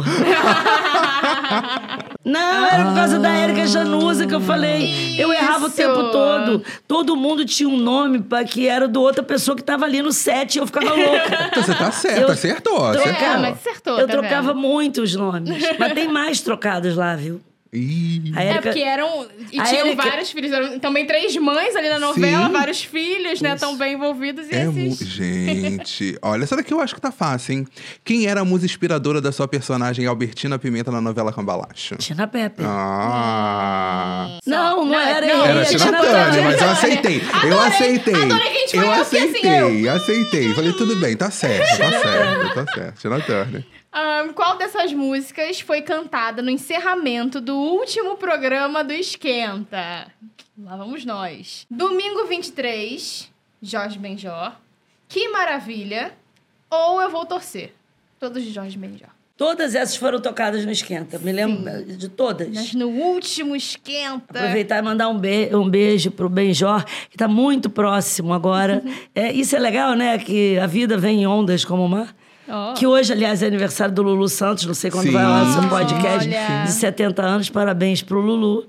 Não, era por causa da Érica Januza que eu falei. Eu errava o Isso. tempo todo. Todo mundo tinha um nome pra, que era do outra pessoa que tava ali no set e eu ficava louca. Então você tá certo, Eu acertou, trocava- acertou. É, mas acertou, Eu tá trocava vendo? muito os nomes. Mas tem mais trocados lá, viu? Ih. A É Érica... porque eram. E A tinham Érica- vários filhos. Eram também três mães ali na novela, Sim. vários filhos, né? Tão bem envolvidos. E É mu... esses. Gente, olha, essa daqui eu acho que tá fácil, hein? Quem era a musa inspiradora da sua personagem Albertina Pimenta na novela Cambalacho? Tina Pepper. Ah. Não, não, Não, era não. errei, Era é Tina Tina Turner, Turner. mas eu aceitei. Eu Adorei, aceitei. adorei que a gente Eu foi eu, porque assim, aceitei, aceitei. Falei, tudo bem, tá certo, tá certo, tá certo. Tina Turner. Ahn, qual dessas músicas foi cantada no encerramento do último programa do Esquenta? Lá vamos nós. Domingo vinte e três, Jorge Benjor. Que Maravilha. Ou Eu Vou Torcer. Todos de Jorge Benjor. Todas essas foram tocadas no Esquenta. Me lembro de todas. Mas no último Esquenta... Aproveitar e mandar um, be um beijo pro Benjor, que está muito próximo agora. É, isso é legal, né? Que a vida vem em ondas como o mar. Ó. Que hoje, aliás, é aniversário do Lulu Santos. Não sei quando Sim. vai lá o seu podcast Olha. de setenta anos. Parabéns pro Lulu.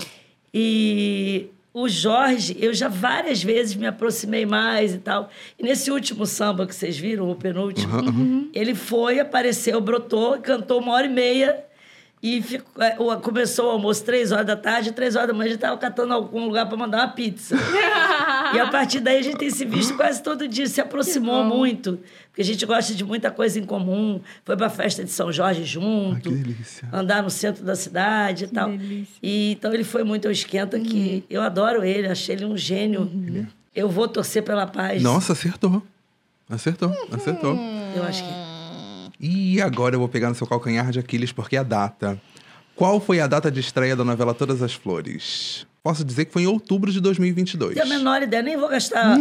E o Jorge, eu já várias vezes me aproximei mais e tal. E nesse último samba que vocês viram, o penúltimo, ele foi, apareceu, brotou, cantou uma hora e meia. E ficou, é, o- começou o almoço três horas da tarde, três horas da manhã a gente estava catando algum lugar para mandar uma pizza. E a partir daí a gente tem se visto quase todo dia, se aproximou muito. Porque a gente gosta de muita coisa em comum. Foi para a festa de São Jorge junto. Ai, que delícia. Andar no centro da cidade e tal. delícia. E, então ele foi muito ao Esquenta, que eu adoro ele, achei ele um gênio. Eu vou torcer pela paz. Nossa, acertou. Acertou, acertou. Eu acho que... E agora eu vou pegar no seu calcanhar de Aquiles, porque é a data. Qual foi a data de estreia da novela Todas as Flores? Posso dizer que foi em outubro de dois mil e vinte e dois. Tenho a menor ideia, nem vou gastar...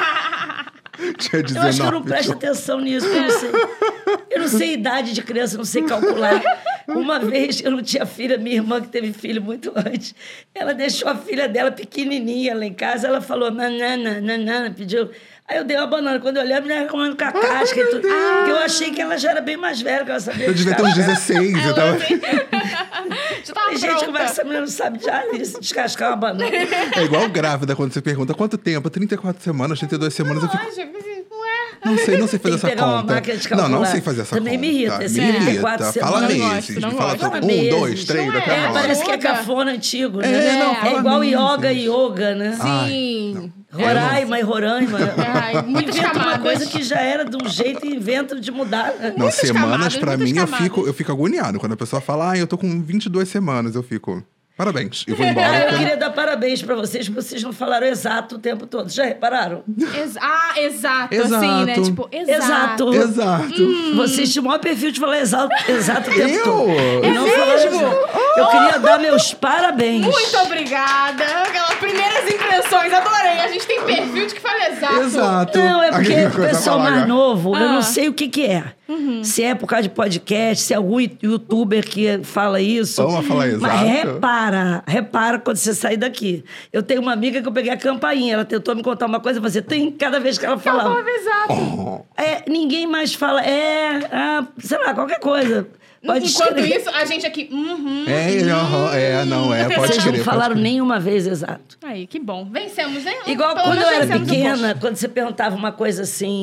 Tinha Eu acho que eu não dezenove. presto atenção nisso, porque eu não sei. Eu não sei idade de criança, não sei calcular. Uma vez eu não tinha filha, minha irmã que teve filho muito antes, ela deixou a filha dela pequenininha lá em casa, ela falou, nanana, nanana, pediu. Aí eu dei uma banana, quando eu olhei, a menina comendo com a casca e tudo. Porque eu achei que ela já era bem mais velha, que ela sabia Eu devia ter uns dezesseis. Eu tava... Já tava Falei, gente, como é que pronta. essa menina não sabe já isso, descascar uma banana? É igual grávida, quando você pergunta quanto tempo? trinta e quatro semanas, trinta e duas semanas. Eu fico, Ai, gente, assim, ué. não sei, não sei fazer Tem que essa pegar uma conta. máquina de Não, não calcular. sei fazer essa Também conta. me irrita, esse Me trinta e quatro irrita. Fala semanas. Não meses. gosto, não Fala gosto. um, Meses. dois, três, Não daqui é, a nove. Parece que é Ajuda. cafona antigo, né? É, não, é fala igual meses. yoga e yoga, né? Sim. Roraima e Roraima. Ai, muitas Inventa uma camadas. coisa que já era de um jeito e inventa de mudar. né? Não, Muitas semanas, camadas, pra muitas mim, eu camadas. fico, eu fico agoniado. Quando a pessoa fala, ah, eu tô com vinte e duas semanas, eu fico, parabéns. E vou Ah, embora. eu porque- queria dar parabéns pra vocês, porque vocês não falaram exato o tempo todo. Já repararam? Ex- ah, exato, Exato. assim, né? Tipo, exato. Exato. Exato. Vocês tinham o maior perfil de falar exato, exato o tempo Eu? todo. É E não falaram mesmo? exato. Eu queria dar meus parabéns. Muito obrigada. Aquelas primeiras impressões, adorei. A gente tem perfil de que fala exato. Exato. Não, é porque Aquele o coisa pessoal pra mais falar. novo, eu Ah. não sei o que que é. Se é por causa de podcast, se é algum youtuber que fala isso. Vamos falar exato. Mas repara, repara quando você sair daqui. Eu tenho uma amiga que eu peguei a campainha, ela tentou me contar uma coisa, você tem cada vez que ela Ela falava. falava exato. Oh, É, ninguém mais fala, é, ah, sei lá, qualquer coisa. Pode Enquanto escrever. isso, a gente aqui... Uhum. É, aham, é, não é, pode Vocês crer. não pode falaram crer. nenhuma vez exato. Aí, que bom. Vencemos, né? Igual Pelo quando eu menos era vencemos o pequena, posto. quando você perguntava uma coisa assim,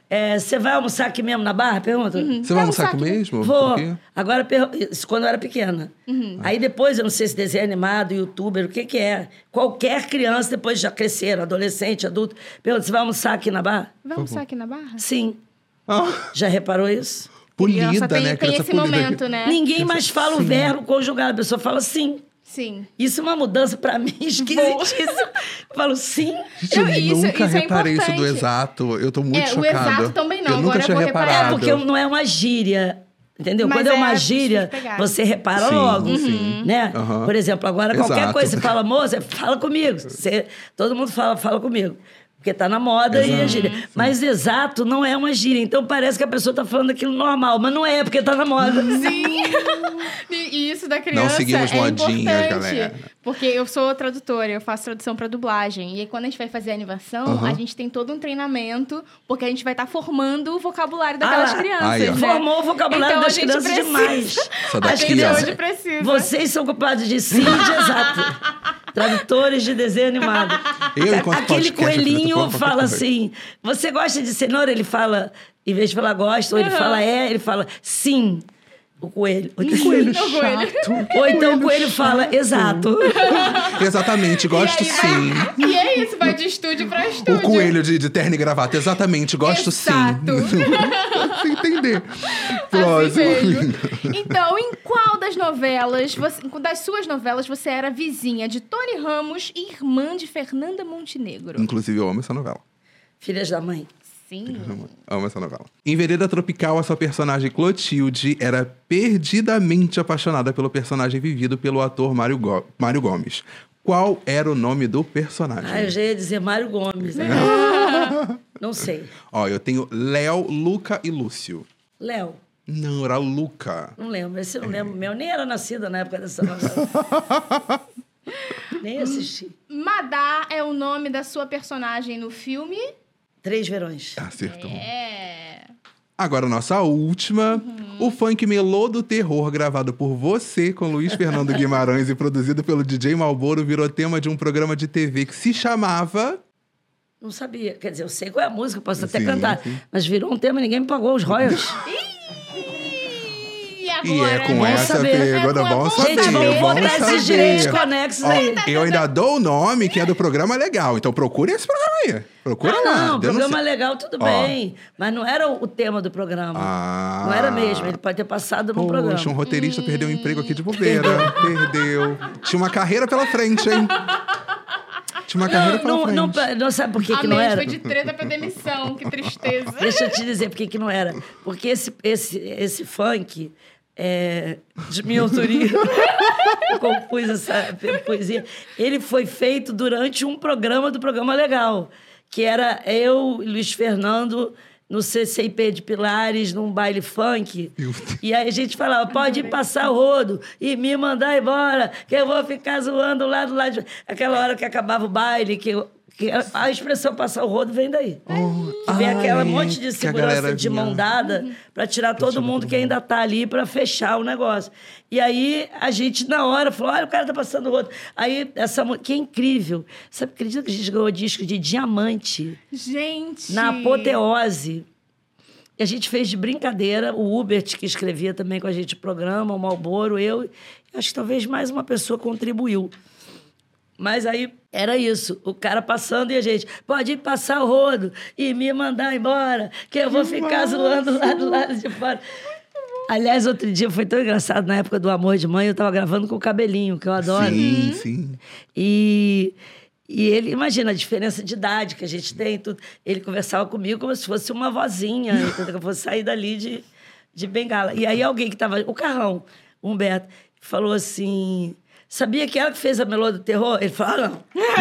é, você vai almoçar aqui mesmo na Barra? Pergunta. Uhum. Você vai almoçar aqui mesmo? Vou. Por quê? Agora, isso quando eu era pequena. Uhum. Aí depois, eu não sei se desenho animado, youtuber, o que que é. Qualquer criança, depois já cresceram, adolescente, adulto, pergunta, você vai almoçar aqui na Barra? Vai almoçar aqui na Barra? Sim. Ah, Já reparou isso? polida, Criança tem, né? tem Criança esse polida. momento, né? Ninguém mais fala o verbo conjugado, a pessoa fala sim. Sim. Isso é uma mudança pra mim esquisitíssima. Eu falo sim. Gente, eu Eu- isso- nunca isso é reparei isso do importante. exato. Eu tô muito É, o chocada. exato também não, Eu nunca agora eu tinha vou reparar. reparado. É porque não é uma gíria. Entendeu? Mas Quando é é uma a gíria, difícil pegar. você repara Sim, logo. sim. Né? Aham. Por exemplo, agora qualquer Exato. coisa você fala, moça, fala comigo. Você, todo mundo fala, fala comigo. Porque tá na moda e é Exato. gíria. Mas exato não é uma gíria. Então parece que a pessoa tá falando aquilo normal, mas não é, porque tá na moda. Sim. E e isso da criança Não seguimos é modinhas, importante. galera. Porque eu sou tradutora, eu faço tradução para dublagem. E aí, quando a gente vai fazer a animação, Aham. a gente tem todo um treinamento, porque a gente vai estar formando o vocabulário daquelas Ah lá. crianças. Aí, ó. né? Formou o vocabulário Então, a das gente crianças precisa. demais. Só das As A gente crianças. hoje precisa. Vocês são culpados de sim e de exato. Tradutores de desenho animado. Eu, enquanto Aquele podcast, coelhinho tradutor, fala qualquer coisa. assim: você gosta de cenoura? Ele fala, em vez de falar gosta, ou ele Uhum. fala é, ele fala sim. O coelho. Ou que Coelho Não, coelho. chato. Ou então o coelho fala exato. Exatamente, gosto E aí vai- sim. E é isso, vai de estúdio para estúdio. O coelho de, de terno e gravata, exatamente, gosto Exato. sim. Sem entender. Assim Próximo. mesmo. Então, em qual das novelas, você- das suas novelas, você era vizinha de Tony Ramos e irmã de Fernanda Montenegro? Inclusive, eu amo essa novela. Filhas da mãe. Sim. Amo, amo essa novela. Em Vereda Tropical, a sua personagem Clotilde era perdidamente apaixonada pelo personagem vivido pelo ator Mário, Go- Mário Gomes. Qual era o nome do personagem? Ah, eu já ia dizer Mário Gomes. Né? Não sei. Ó, eu tenho Léo, Luca e Lúcio. Léo. Não, era Luca. Não lembro. Esse eu não lembro. Meu nem era nascida na época dessa novela. Nem assisti. Madá é o nome da sua personagem no filme? Três verões. Acertou. É. Agora, nossa última. O funk melô do terror, gravado por você, com Luiz Fernando Guimarães e produzido pelo D J Malboro, virou tema de um programa de T V que se chamava... Não sabia. Quer dizer, eu sei qual é a música, posso até Sim, cantar. sim. Mas virou um tema e ninguém me pagou os royalties. E agora? E é com bom essa saber. pergunta, É com- bom é saber. Gente, vamos bom botar esses saber. direitos conexos Ó, aí. eu ainda dou o nome, que é do programa legal. Então procure esse programa aí. Procura Ah, lá. não, o programa denuncia. legal, tudo Ó. bem. Mas não era o tema do programa. Ah. Não era mesmo. Ele pode ter passado no programa. Poxa, um roteirista perdeu o emprego aqui de bobeira. Perdeu. Tinha uma carreira pela frente, hein? Tinha uma carreira pela Não, frente. não, não sabe por que, A que não mente era? foi de treta pra demissão, que tristeza. Deixa eu te dizer por que que não era. Porque esse, esse, esse funk é, de minha autoria, eu compus essa poesia, ele foi feito durante um programa do Programa Legal, que era eu e Luiz Fernando no C C I P de Pilares, num baile funk. Meu Deus. E aí a gente falava, pode ir passar o rodo e me mandar embora, que eu vou ficar zoando lá do lado de... Aquela hora que acabava o baile, que, eu- que a, a expressão passar o rodo vem daí. Oh, Que vem ai, aquela monte de que a segurança galera de vinha- mão dada para tirar todo mundo que ainda tá ali para fechar o negócio. E aí a gente, na hora, falou: olha, o cara tá passando o rodo. Aí, essa mu- que é incrível. Sabe, acredita que a gente ganhou disco de diamante Gente. na apoteose? E a gente fez de brincadeira. O Hubert, que escrevia também com a gente o programa, o Malboro, eu. Acho que talvez mais uma pessoa contribuiu. Mas aí era isso, o cara passando e a gente, pode ir passar o rodo e me mandar embora, que eu vou ficar zoando lá do lado de fora. Aliás, outro dia foi tão engraçado, na época do Amor de Mãe, eu tava gravando com o Cabelinho, que eu adoro. Sim, sim. E, e ele, imagina a diferença de idade que a gente tem, tudo. Ele conversava comigo como se fosse uma vozinha, entendeu? Que eu fosse sair dali de, de bengala. E aí alguém que tava, o Carrão, o Humberto, falou assim... Sabia que ela que fez a Melô do Terror? Ele falou, ah, não.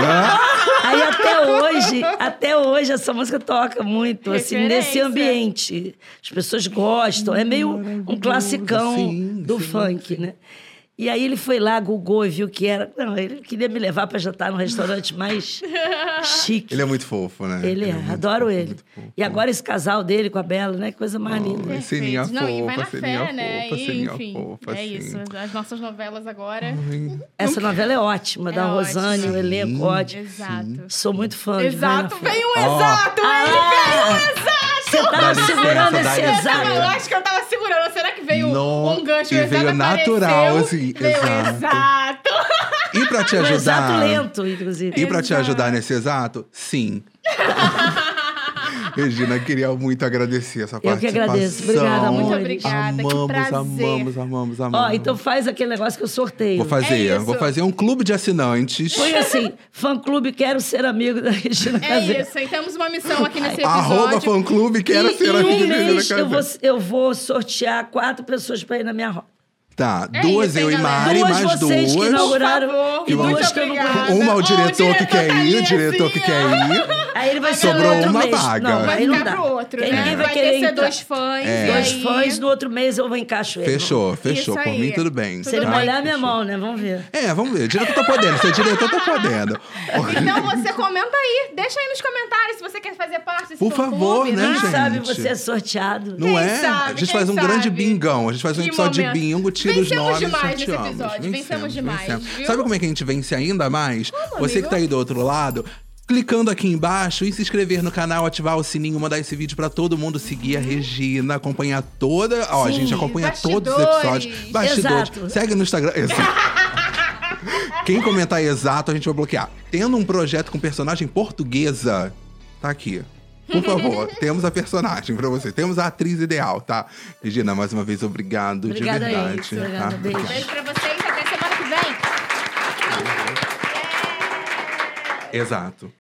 Aí até hoje, até hoje, essa música toca muito, assim, nesse Referência. ambiente. As pessoas gostam, é meio um classicão Sim, do sim, funk, né? E aí ele foi lá, googou e viu que era... Não, ele queria me levar para jantar num restaurante mais chique. Ele é muito fofo, né? Ele é, muito adoro fofo, ele. muito fofo. E agora esse casal dele com a Bela, né? Que coisa mais linda. Ai, Ceninha Perfeito. Não, e vai fofa, na Ceninha fé, né? fofa, E, Ceninha enfim, fofa, é sim. isso. As nossas novelas agora... Essa novela é ótima, da É Rosane, ótima. o elenco ótimo. Exato. Sou muito fã de Exato, Vai na Fé. vem um Ó. exato, Ah! hein? Vem um exato! Você tava Dá licença, segurando dá esse licença. exato. Eu acho que eu tava segurando. Será que veio Não, um gancho? e O exato veio natural, apareceu, assim, veio exato. exato. E pra te Um exato ajudar... lento, inclusive. E pra te Exato. ajudar nesse exato, sim. Regina, queria muito agradecer essa Eu participação. que agradeço. Obrigada, Muito amor. obrigada, que Amamos, prazer. amamos, amamos, amamos. Ó, então faz aquele negócio que eu sorteio. Vou fazer, É isso. vou fazer um clube de assinantes. Põe assim, fã-clube, quero ser amigo da Regina É Casé. isso, e temos uma missão aqui nesse Arroba episódio. fã-clube, quero E ser em amigo um da Regina mês eu vou, Casé. eu vou sortear quatro pessoas pra ir na minha roda. Tá, É duas isso, eu hein, e galera? Mari, Duas mais vocês que duas. inauguraram. Por favor, E muito duas que eu não obrigada. conheço. Uma o Ó, o diretor que diretor quer tá ir, ali o diretor assim, que quer ó. ir. Aí ele vai Sobrou ser no outro uma mês. vaga. Não, Vai aí não ficar dá. pro outro, Porque né? ninguém vai, Vai querer ter ser entrar. dois fãs. É. e Dois aí- fãs, no outro mês eu encaixo ele. Fechou, fechou. Isso Por aí. mim, tudo bem. Tudo Se ele bem. molhar minha Fechou. mão, né? Vamos ver. É, vamos ver. O diretor tá podendo. Se o diretor tá podendo. Então você comenta aí, deixa aí nos comentários se você quer fazer parte desse Por fã-clube, favor, né, Quem gente? sabe você é sorteado. Não Quem é? sabe, a gente quem faz um sabe? grande bingão. A gente faz um Que episódio momento. de bingo, tira os Vencemos nomes e demais nesse sorteamos. episódio, vencemos demais, viu? Sabe como é que a gente vence ainda mais? Como, Você amigo? que tá aí do outro lado, clicando aqui embaixo e se inscrever no canal, ativar o sininho, mandar esse vídeo pra todo mundo seguir a Regina, acompanhar toda... Ó, a Sim, gente acompanha todos os bastidores. episódios. Bastidores. Exato. Segue no Instagram. Exato. Quem comentar exato, a gente vai bloquear. Tendo um projeto com personagem portuguesa, tá aqui. Por favor, temos a personagem pra você. Temos a atriz ideal, tá? Regina, mais uma vez, obrigado Obrigada de aí. verdade. Obrigada, tá? beijo. Beijo pra vocês, até semana que vem. Exato.